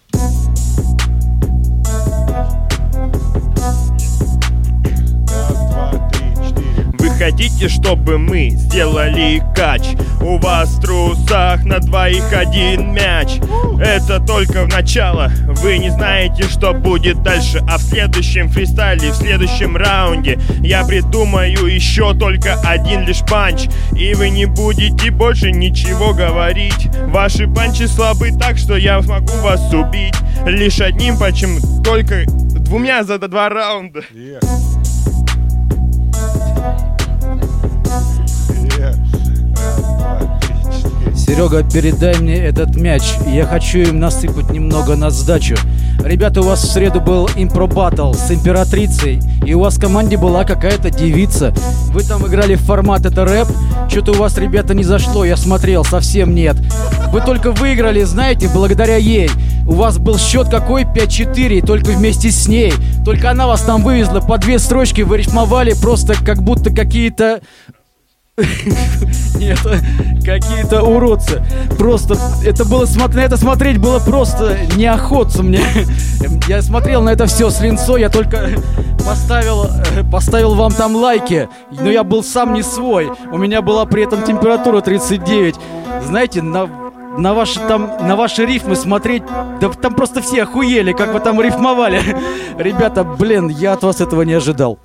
Вы хотите, чтобы мы сделали кач? У вас в трусах на двоих один мяч. Это только в начало. Вы не знаете, что будет дальше. А в следующем фристайле, в следующем раунде я придумаю еще только один лишь панч. И вы не будете больше ничего говорить. Ваши панчи слабы так, что я смогу вас убить лишь одним панчем, только двумя за 2 раунда. Серега, передай мне этот мяч. Я хочу им насыпать немного на сдачу. Ребята, у вас в среду был импро-баттл с императрицей, и у вас в команде была какая-то девица. Вы там играли в формат «это рэп». Что-то у вас, ребята, не зашло, я смотрел, совсем нет. Вы только выиграли, знаете, благодаря ей. У вас был счет какой? 5-4, только вместе с ней. Только она вас там вывезла, по 2 строчки вы рифмовали, просто как будто какие-то... Нет, какие-то уродцы. Просто на это смотреть было просто неохота мне. Я смотрел на это все с линцой, я только поставил вам там лайки, но я был сам не свой. У меня была при этом температура 39. Знаете, на ваши рифмы смотреть, да там просто все охуели, как вы там рифмовали. Ребята, блин, я от вас этого не ожидал.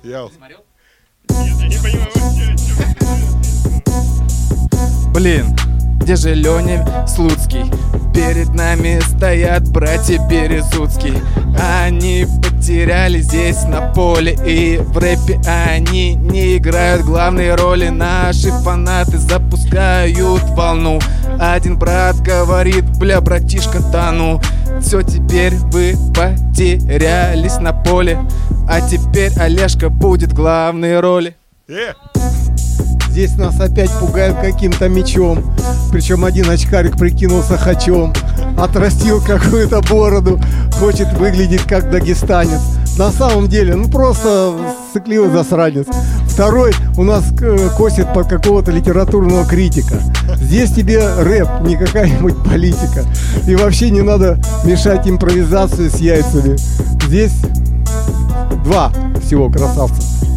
Блин, где же Леня Слуцкий? Перед нами стоят братья Березуцкий. Они потерялись здесь на поле. И в рэпе они не играют главные роли. Наши фанаты запускают волну. Один брат говорит: бля, братишка, тону. Все, теперь вы потерялись на поле, а теперь Олежка будет в главной роли. Здесь нас опять пугают каким-то мечом. Причем один очкарик прикинулся хачом, отрастил какую-то бороду, хочет выглядеть как дагестанец. На самом деле, ну просто сыкливый засранец. Второй у нас косит под какого-то литературного критика. Здесь тебе рэп, не какая-нибудь политика. И вообще не надо мешать импровизацию с яйцами. Здесь два всего красавца.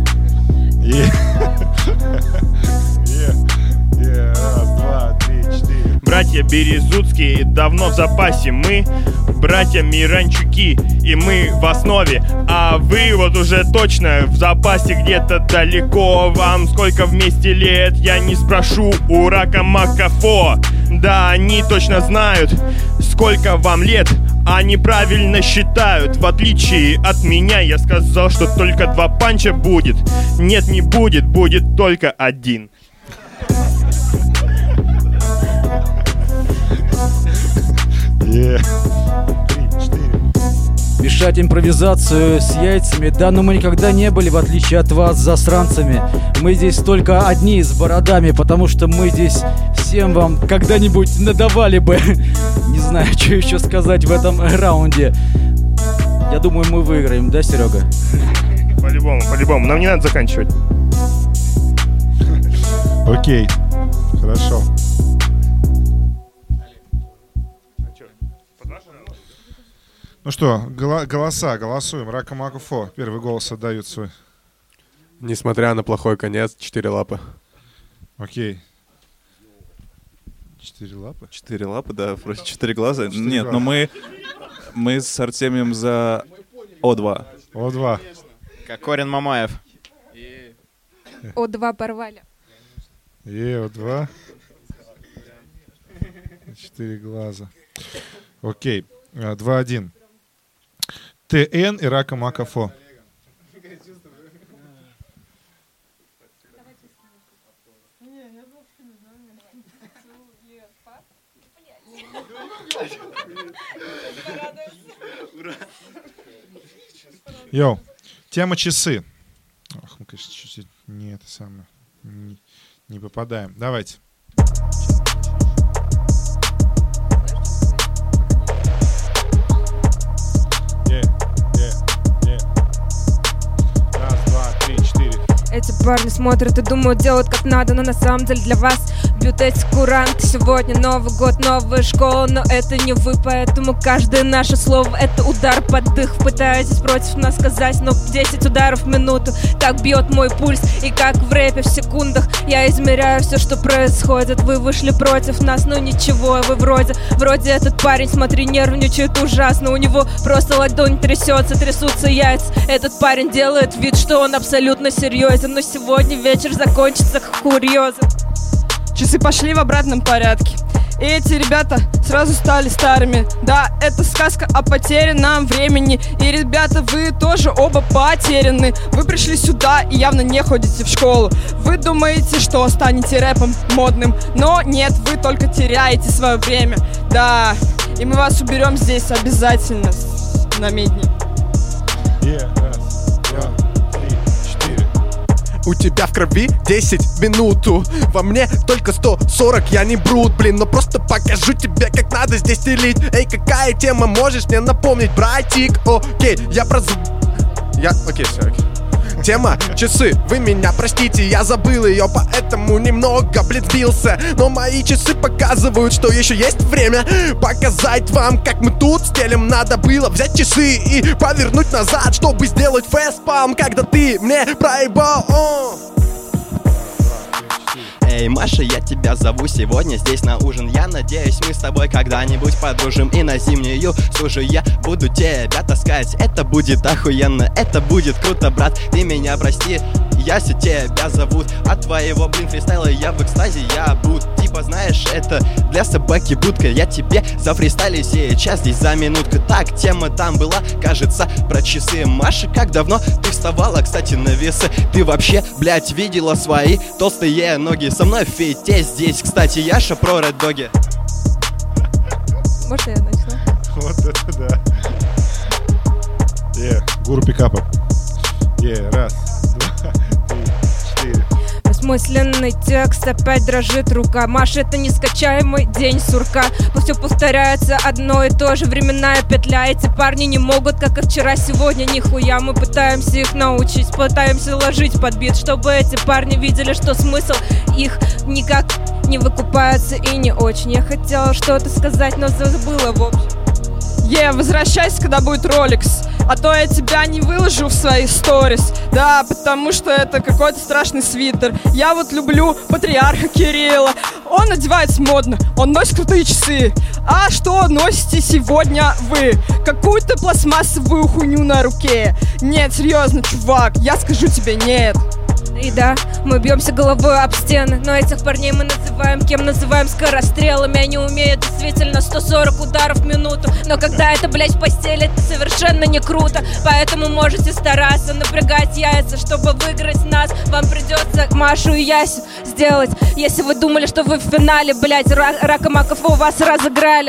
Раз, два, три, четыре. Братья Березутские давно в запасе. Мы братья Миранчуки, и мы в основе. А вы вот уже точно в запасе где-то далеко. Вам сколько вместе лет, я не спрошу у Рака Макафо. Да, они точно знают, сколько вам лет. Они правильно считают. В отличие от меня, я сказал, что только 2 панча будет. Нет, не будет, будет только 1. Мешать импровизацию с яйцами. Да, но мы никогда не были, в отличие от вас, засранцами. Мы здесь только одни с бородами, потому что мы здесь всем вам когда-нибудь надавали бы. Не знаю, что еще сказать в этом раунде. Я думаю, мы выиграем, да, Серега? По-любому. Нам не надо заканчивать. Окей, хорошо. Ну что, голосуем. Рака Макафо. Первый голос отдают свой. Несмотря на плохой конец, 4 лапы. Окей. 4 лапы? 4 лапы, да, просто 4 глаза. 4 Нет, глаза. но мы с Артемием за О2. О2. Кокорин Мамаев. О2 порвали. О2. 4 глаза. Окей. 2-1. ТН и Рака Макафо. Йоу. Тема часы. Ах, мы, конечно, чуть-чуть не это самое. Не попадаем. Давайте. Эти парни смотрят и думают, делают как надо, но на самом деле для вас бьют эти куранты. Сегодня Новый год, новая школа, но это не вы, поэтому каждое наше слово — это удар под дых. Пытаетесь против нас сказать, но 10 ударов в минуту. Так бьет мой пульс, и как в рэпе в секундах я измеряю все, что происходит. Вы вышли против нас, но ничего, вы вроде этот парень, смотри, нервничает ужасно. У него просто ладонь трясется, трясутся яйца. Этот парень делает вид, что он абсолютно серьезен, но сегодня вечер закончится курьезом. Часы пошли в обратном порядке, и эти ребята сразу стали старыми. Да, это сказка о потерянном времени. И, ребята, вы тоже оба потеряны. Вы пришли сюда и явно не ходите в школу. Вы думаете, что станете рэпом модным, но нет, вы только теряете свое время. Да, и мы вас уберем здесь обязательно на медне. У тебя в крови 10 минуту. Во мне только 140, я не брут, блин. Но просто покажу тебе, как надо здесь делить. Эй, какая тема, можешь мне напомнить, братик? Окей, окей, все, окей. Тема часы, вы меня простите, я забыл ее, поэтому немного, блин, сбился. Но мои часы показывают, что еще есть время показать вам, как мы тут стелим. Надо было взять часы и повернуть назад, чтобы сделать фэстпалм, когда ты мне проебал. Эй, Маша, я тебя зову сегодня здесь на ужин. Я надеюсь, мы с тобой когда-нибудь подружим. И на зимнюю сужу я буду тебя таскать. Это будет охуенно, это будет круто, брат. Ты меня прости, Яся тебя зовут. От твоего, фристайла я в экстазе, я буд. Типа, знаешь, это для собаки будка. Я тебе за фристайле сейчас здесь за минутку. Так, тема там была, кажется, про часы. Маша, как давно ты вставала, кстати, на весы? Ты вообще, блядь, видела свои толстые ноги? Со мной в фите здесь, кстати, Яша про Red Doggy. Можно я начала? Вот это да. Гуру пикапа. Раз, два, 3, 4. Бессмысленный текст, опять дрожит рука. Маша, это нескачаемый день сурка. Все повторяется одно и то же, временная петля. Эти парни не могут, как и вчера, сегодня нихуя. Мы пытаемся их научить, пытаемся ложить под бит, чтобы эти парни видели, что смысл их никак не выкупается и не очень. Я хотела что-то сказать, но забыла в общем. Возвращайся, когда будет Ролекс, а то я тебя не выложу в свои сторис. Да, потому что это какой-то страшный свитер. Я вот люблю патриарха Кирилла. Он одевается модно, он носит крутые часы. А что носите сегодня вы? Какую-то пластмассовую хуйню на руке. Нет, серьезно, чувак, я скажу тебе нет. И да, мы бьемся головой об стены, но этих парней мы называем кем? Называем скорострелами. Они умеют действительно 140 ударов в минуту, но когда это, блять, в постели, это совершенно не круто. Поэтому можете стараться, напрягать яйца, чтобы выиграть нас. Вам придется Машу и Ясю сделать. Если вы думали, что вы в финале, блять, ракомаков у вас разыграли.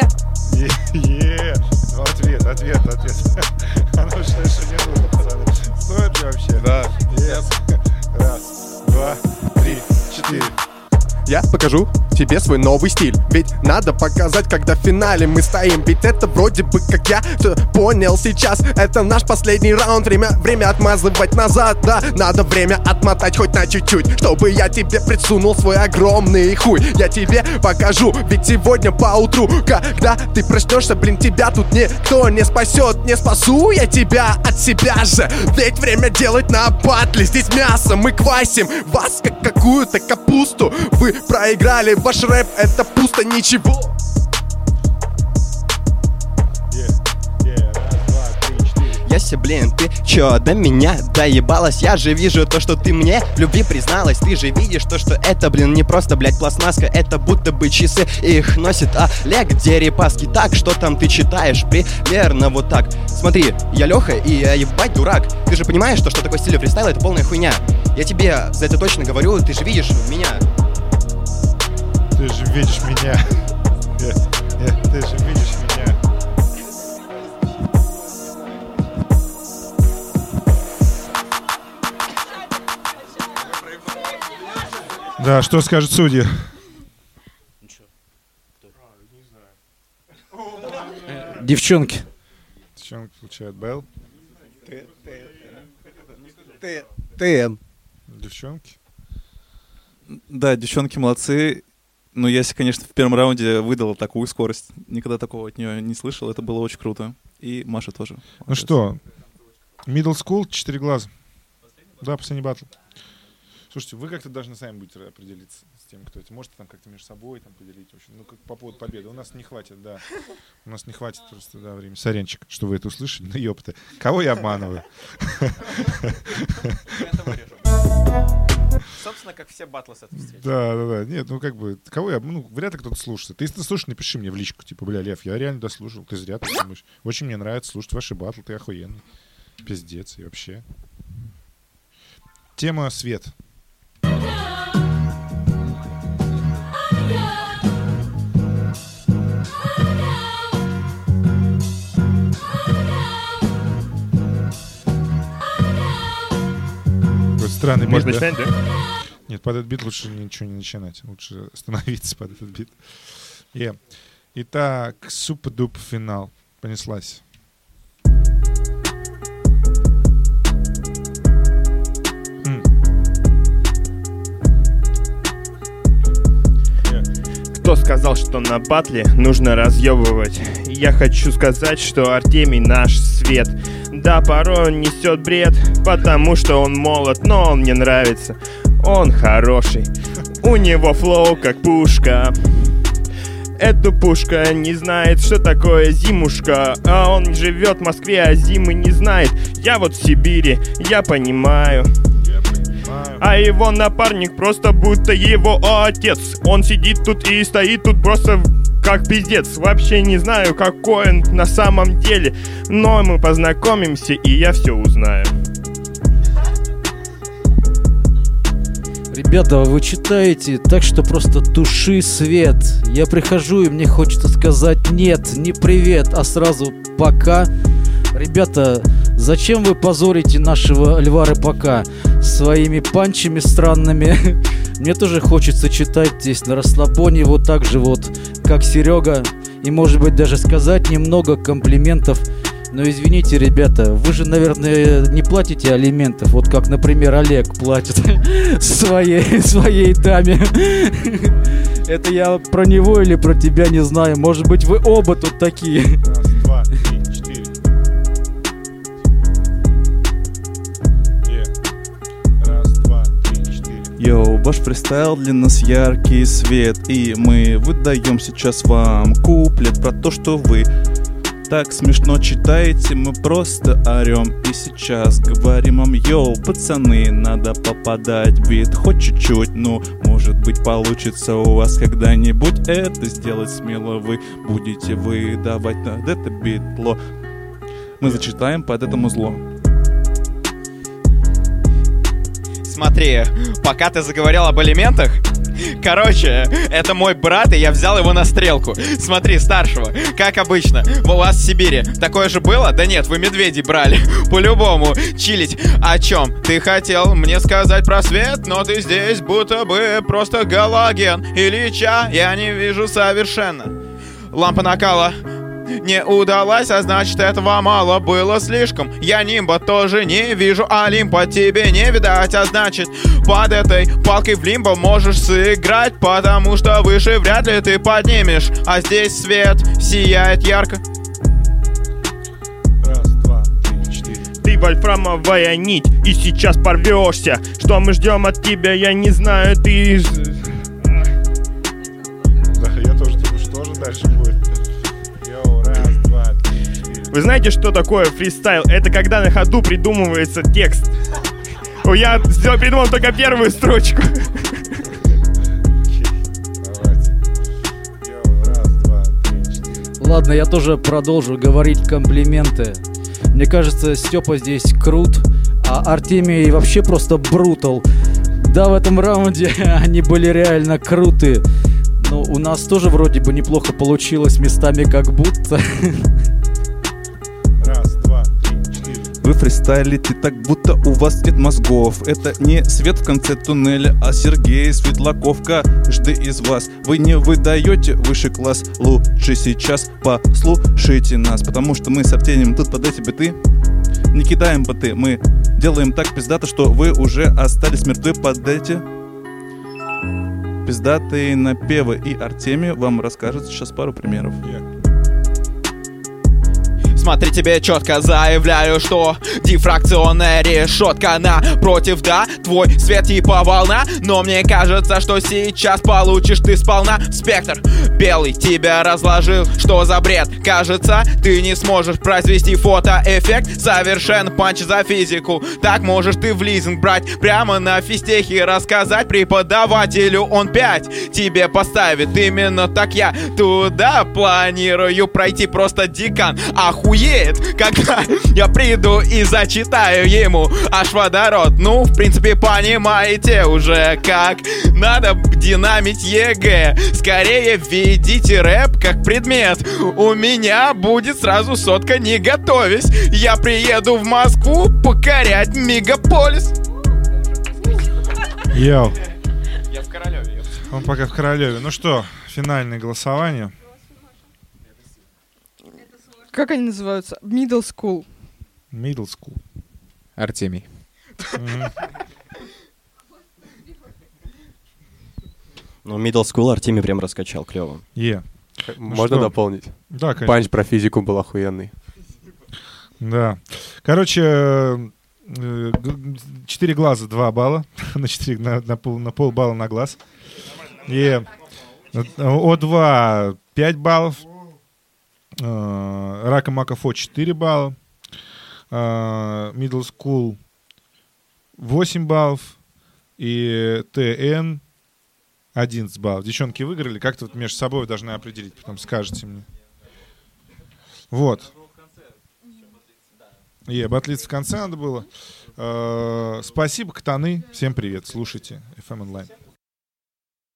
Ответ. Оно что не нужно, пацаны. Стоит ли вообще? Да. Раз, два, 3, 4. Я покажу тебе свой новый стиль. Ведь надо показать, когда в финале мы стоим. Ведь это вроде бы, как я понял сейчас, это наш последний раунд. Время отмазывать назад, да. Надо время отмотать хоть на чуть-чуть, чтобы я тебе присунул свой огромный хуй. Я тебе покажу, ведь сегодня поутру, когда ты проснешься, тебя тут никто не спасет. Не спасу я тебя от себя же, ведь время делать на батле. Здесь мясо, мы квасим вас, как какую-то капусту. Вы проиграли, ваш рэп это пусто, ничего. Яся, ты чё, до меня доебалась? Я же вижу то, что ты мне в любви призналась. Ты же видишь то, что это, не просто, пластмасска. Это будто бы часы, их носит Олег Дерипаски. Так, что там ты читаешь? Примерно вот так. Смотри, я Леха и я ебать дурак. Ты же понимаешь, что такое стиль фристайла, это полная хуйня. Я тебе за это точно говорю, ты же видишь меня. Ты же видишь меня. Ты же видишь меня. Да, что скажут судьи? Девчонки. Девчонки получают Белл. ТМ. Девчонки. Да, девчонки молодцы. Но Яся, конечно, в первом раунде выдала такую скорость. Никогда такого от нее не слышал. Это было очень круто. И Маша тоже. Ну что, Middle School, 4 глаза. Да, последний батл. Слушайте, вы как-то должны сами будете определиться с тем, кто это. Можете там как-то между собой там поделить. В общем, как по поводу победы. У нас не хватит, да. У нас не хватит просто, да, времени. Сорянчик, что вы это услышали. Ну, ёпта. Кого я обманываю? Собственно, как все батлы с этой встречи. Да. Нет, кого я... вряд ли кто-то слушает. Ты, если ты слушаешь, напиши мне в личку. Типа, Лев, я реально дослушал. Ты зря так думаешь. Очень мне нравится слушать ваши батлы. Ты охуенный. Пиздец и вообще. Тема «Свет». Странный бит, можно да? начинать, да? Нет, под этот бит лучше ничего не начинать. Лучше остановиться под этот бит. Итак, супер-дуп финал. Понеслась. Кто сказал, что на батле нужно разъебывать? Я хочу сказать, что Артемий наш свет. Да, порой он несет бред, потому что он молод, но он мне нравится. Он хороший, у него флоу как пушка. Эта пушка не знает, что такое зимушка. А он живет в Москве, а зимы не знает. Я вот в Сибири, я понимаю. А его напарник просто будто его отец. Он сидит тут и стоит тут просто как пиздец. Вообще не знаю, какой он на самом деле, но мы познакомимся, и я все узнаю. Ребята, вы читаете, так что просто туши свет. Я прихожу, и мне хочется сказать нет, не привет, а сразу пока. Ребята, зачем вы позорите нашего Льва Рыбака своими панчами странными? Мне тоже хочется читать здесь на расслабоне, вот так же вот, как Серега. И, может быть, даже сказать немного комплиментов. Но извините, ребята, вы же, наверное, не платите алиментов. Вот как, например, Олег платит своей даме. Это я про него или про тебя не знаю. Может быть, вы оба тут такие. Раз, два, три, четыре. Раз, два, три, четыре. Йоу, ваш фристайл для нас яркий свет, и мы выдаем сейчас вам куплет про то, что вы так смешно читаете, мы просто орем. И сейчас говорим вам: йоу, пацаны, надо попадать в бит хоть чуть-чуть. Ну, может быть, получится у вас когда-нибудь это сделать смело. Вы будете выдавать над это битло. Мы зачитаем под это музло. Смотри, пока ты заговорил об элементах, короче, это мой брат, и я взял его на стрелку. Смотри, старшего, как обычно, у вас в Сибири такое же было? Да нет, вы медведей брали, по-любому, чилить. О чем? Ты хотел мне сказать про свет, но ты здесь будто бы просто галоген. Ильича я не вижу совершенно. Лампа накала не удалась, а значит этого мало было слишком. Я нимба тоже не вижу, а лимпа тебе не видать, а значит под этой палкой в лимбо можешь сыграть, потому что выше вряд ли ты поднимешь, а здесь свет сияет ярко. Раз, два, три, четыре. Ты вольфрамовая нить, и сейчас порвешься. Что мы ждем от тебя, я не знаю, ты... Да, я тоже думаю, что же дальше будет. Раз, два, три, четыре. Вы знаете, что такое фристайл? Это когда на ходу придумывается текст. Я придумал только первую строчку. Ладно, я тоже продолжу говорить комплименты. Мне кажется, Степа здесь крут, а Артемий вообще просто брутал. Да, в этом раунде они были реально круты. Но у нас тоже вроде бы неплохо получилось местами, как будто. Раз, два, три, четыре. Вы фристайлите так, будто у вас нет мозгов. Это не свет в конце туннеля, а Сергей Светлаков. Каждый из вас, вы не выдаете высший класс. Лучше сейчас послушайте нас, потому что мы с Артемием тут под эти биты не кидаем боты. Мы делаем так пиздато, что вы уже остались мертвы под эти пиздатые напевы. И Артемий вам расскажет сейчас пару примеров. Смотри, тебе четко заявляю, что дифракционная решетка напротив, да, твой свет типа волна. Но мне кажется, что сейчас получишь ты сполна. Спектр белый тебя разложил, что за бред? Кажется, ты не сможешь произвести фотоэффект. Совершенно панч за физику. Так можешь ты в лизинг брать прямо на физтехе, рассказать преподавателю, он 5 тебе поставит. Именно так я туда планирую пройти, просто декан охуеть, когда я приду и зачитаю ему аж водород. Ну, в принципе, понимаете уже, как надо динамить ЕГЭ. Скорее введите рэп как предмет. У меня будет сразу 100, не готовясь. Я приеду в Москву покорять мегаполис. Йоу. Я в Королеве. Он пока в Королеве. Ну что, финальное голосование. Как они называются? Middle school. Middle school. Артемий. Ну, middle school Артемий прям раскачал, клево. Можно дополнить? Да, конечно. Панч про физику был охуенный. Да. Короче, 4 глаза 2 балла. на полбалла на глаз. И О2 5 баллов. Рака Макафо 4 балла. Middle School 8 баллов. и ТН 11 баллов. Девчонки выиграли, как-то вот между собой вы должны определить, потом скажете мне. Вот. Батлиться в конце надо было. Спасибо, Катаны. Всем привет. Слушайте FM Online.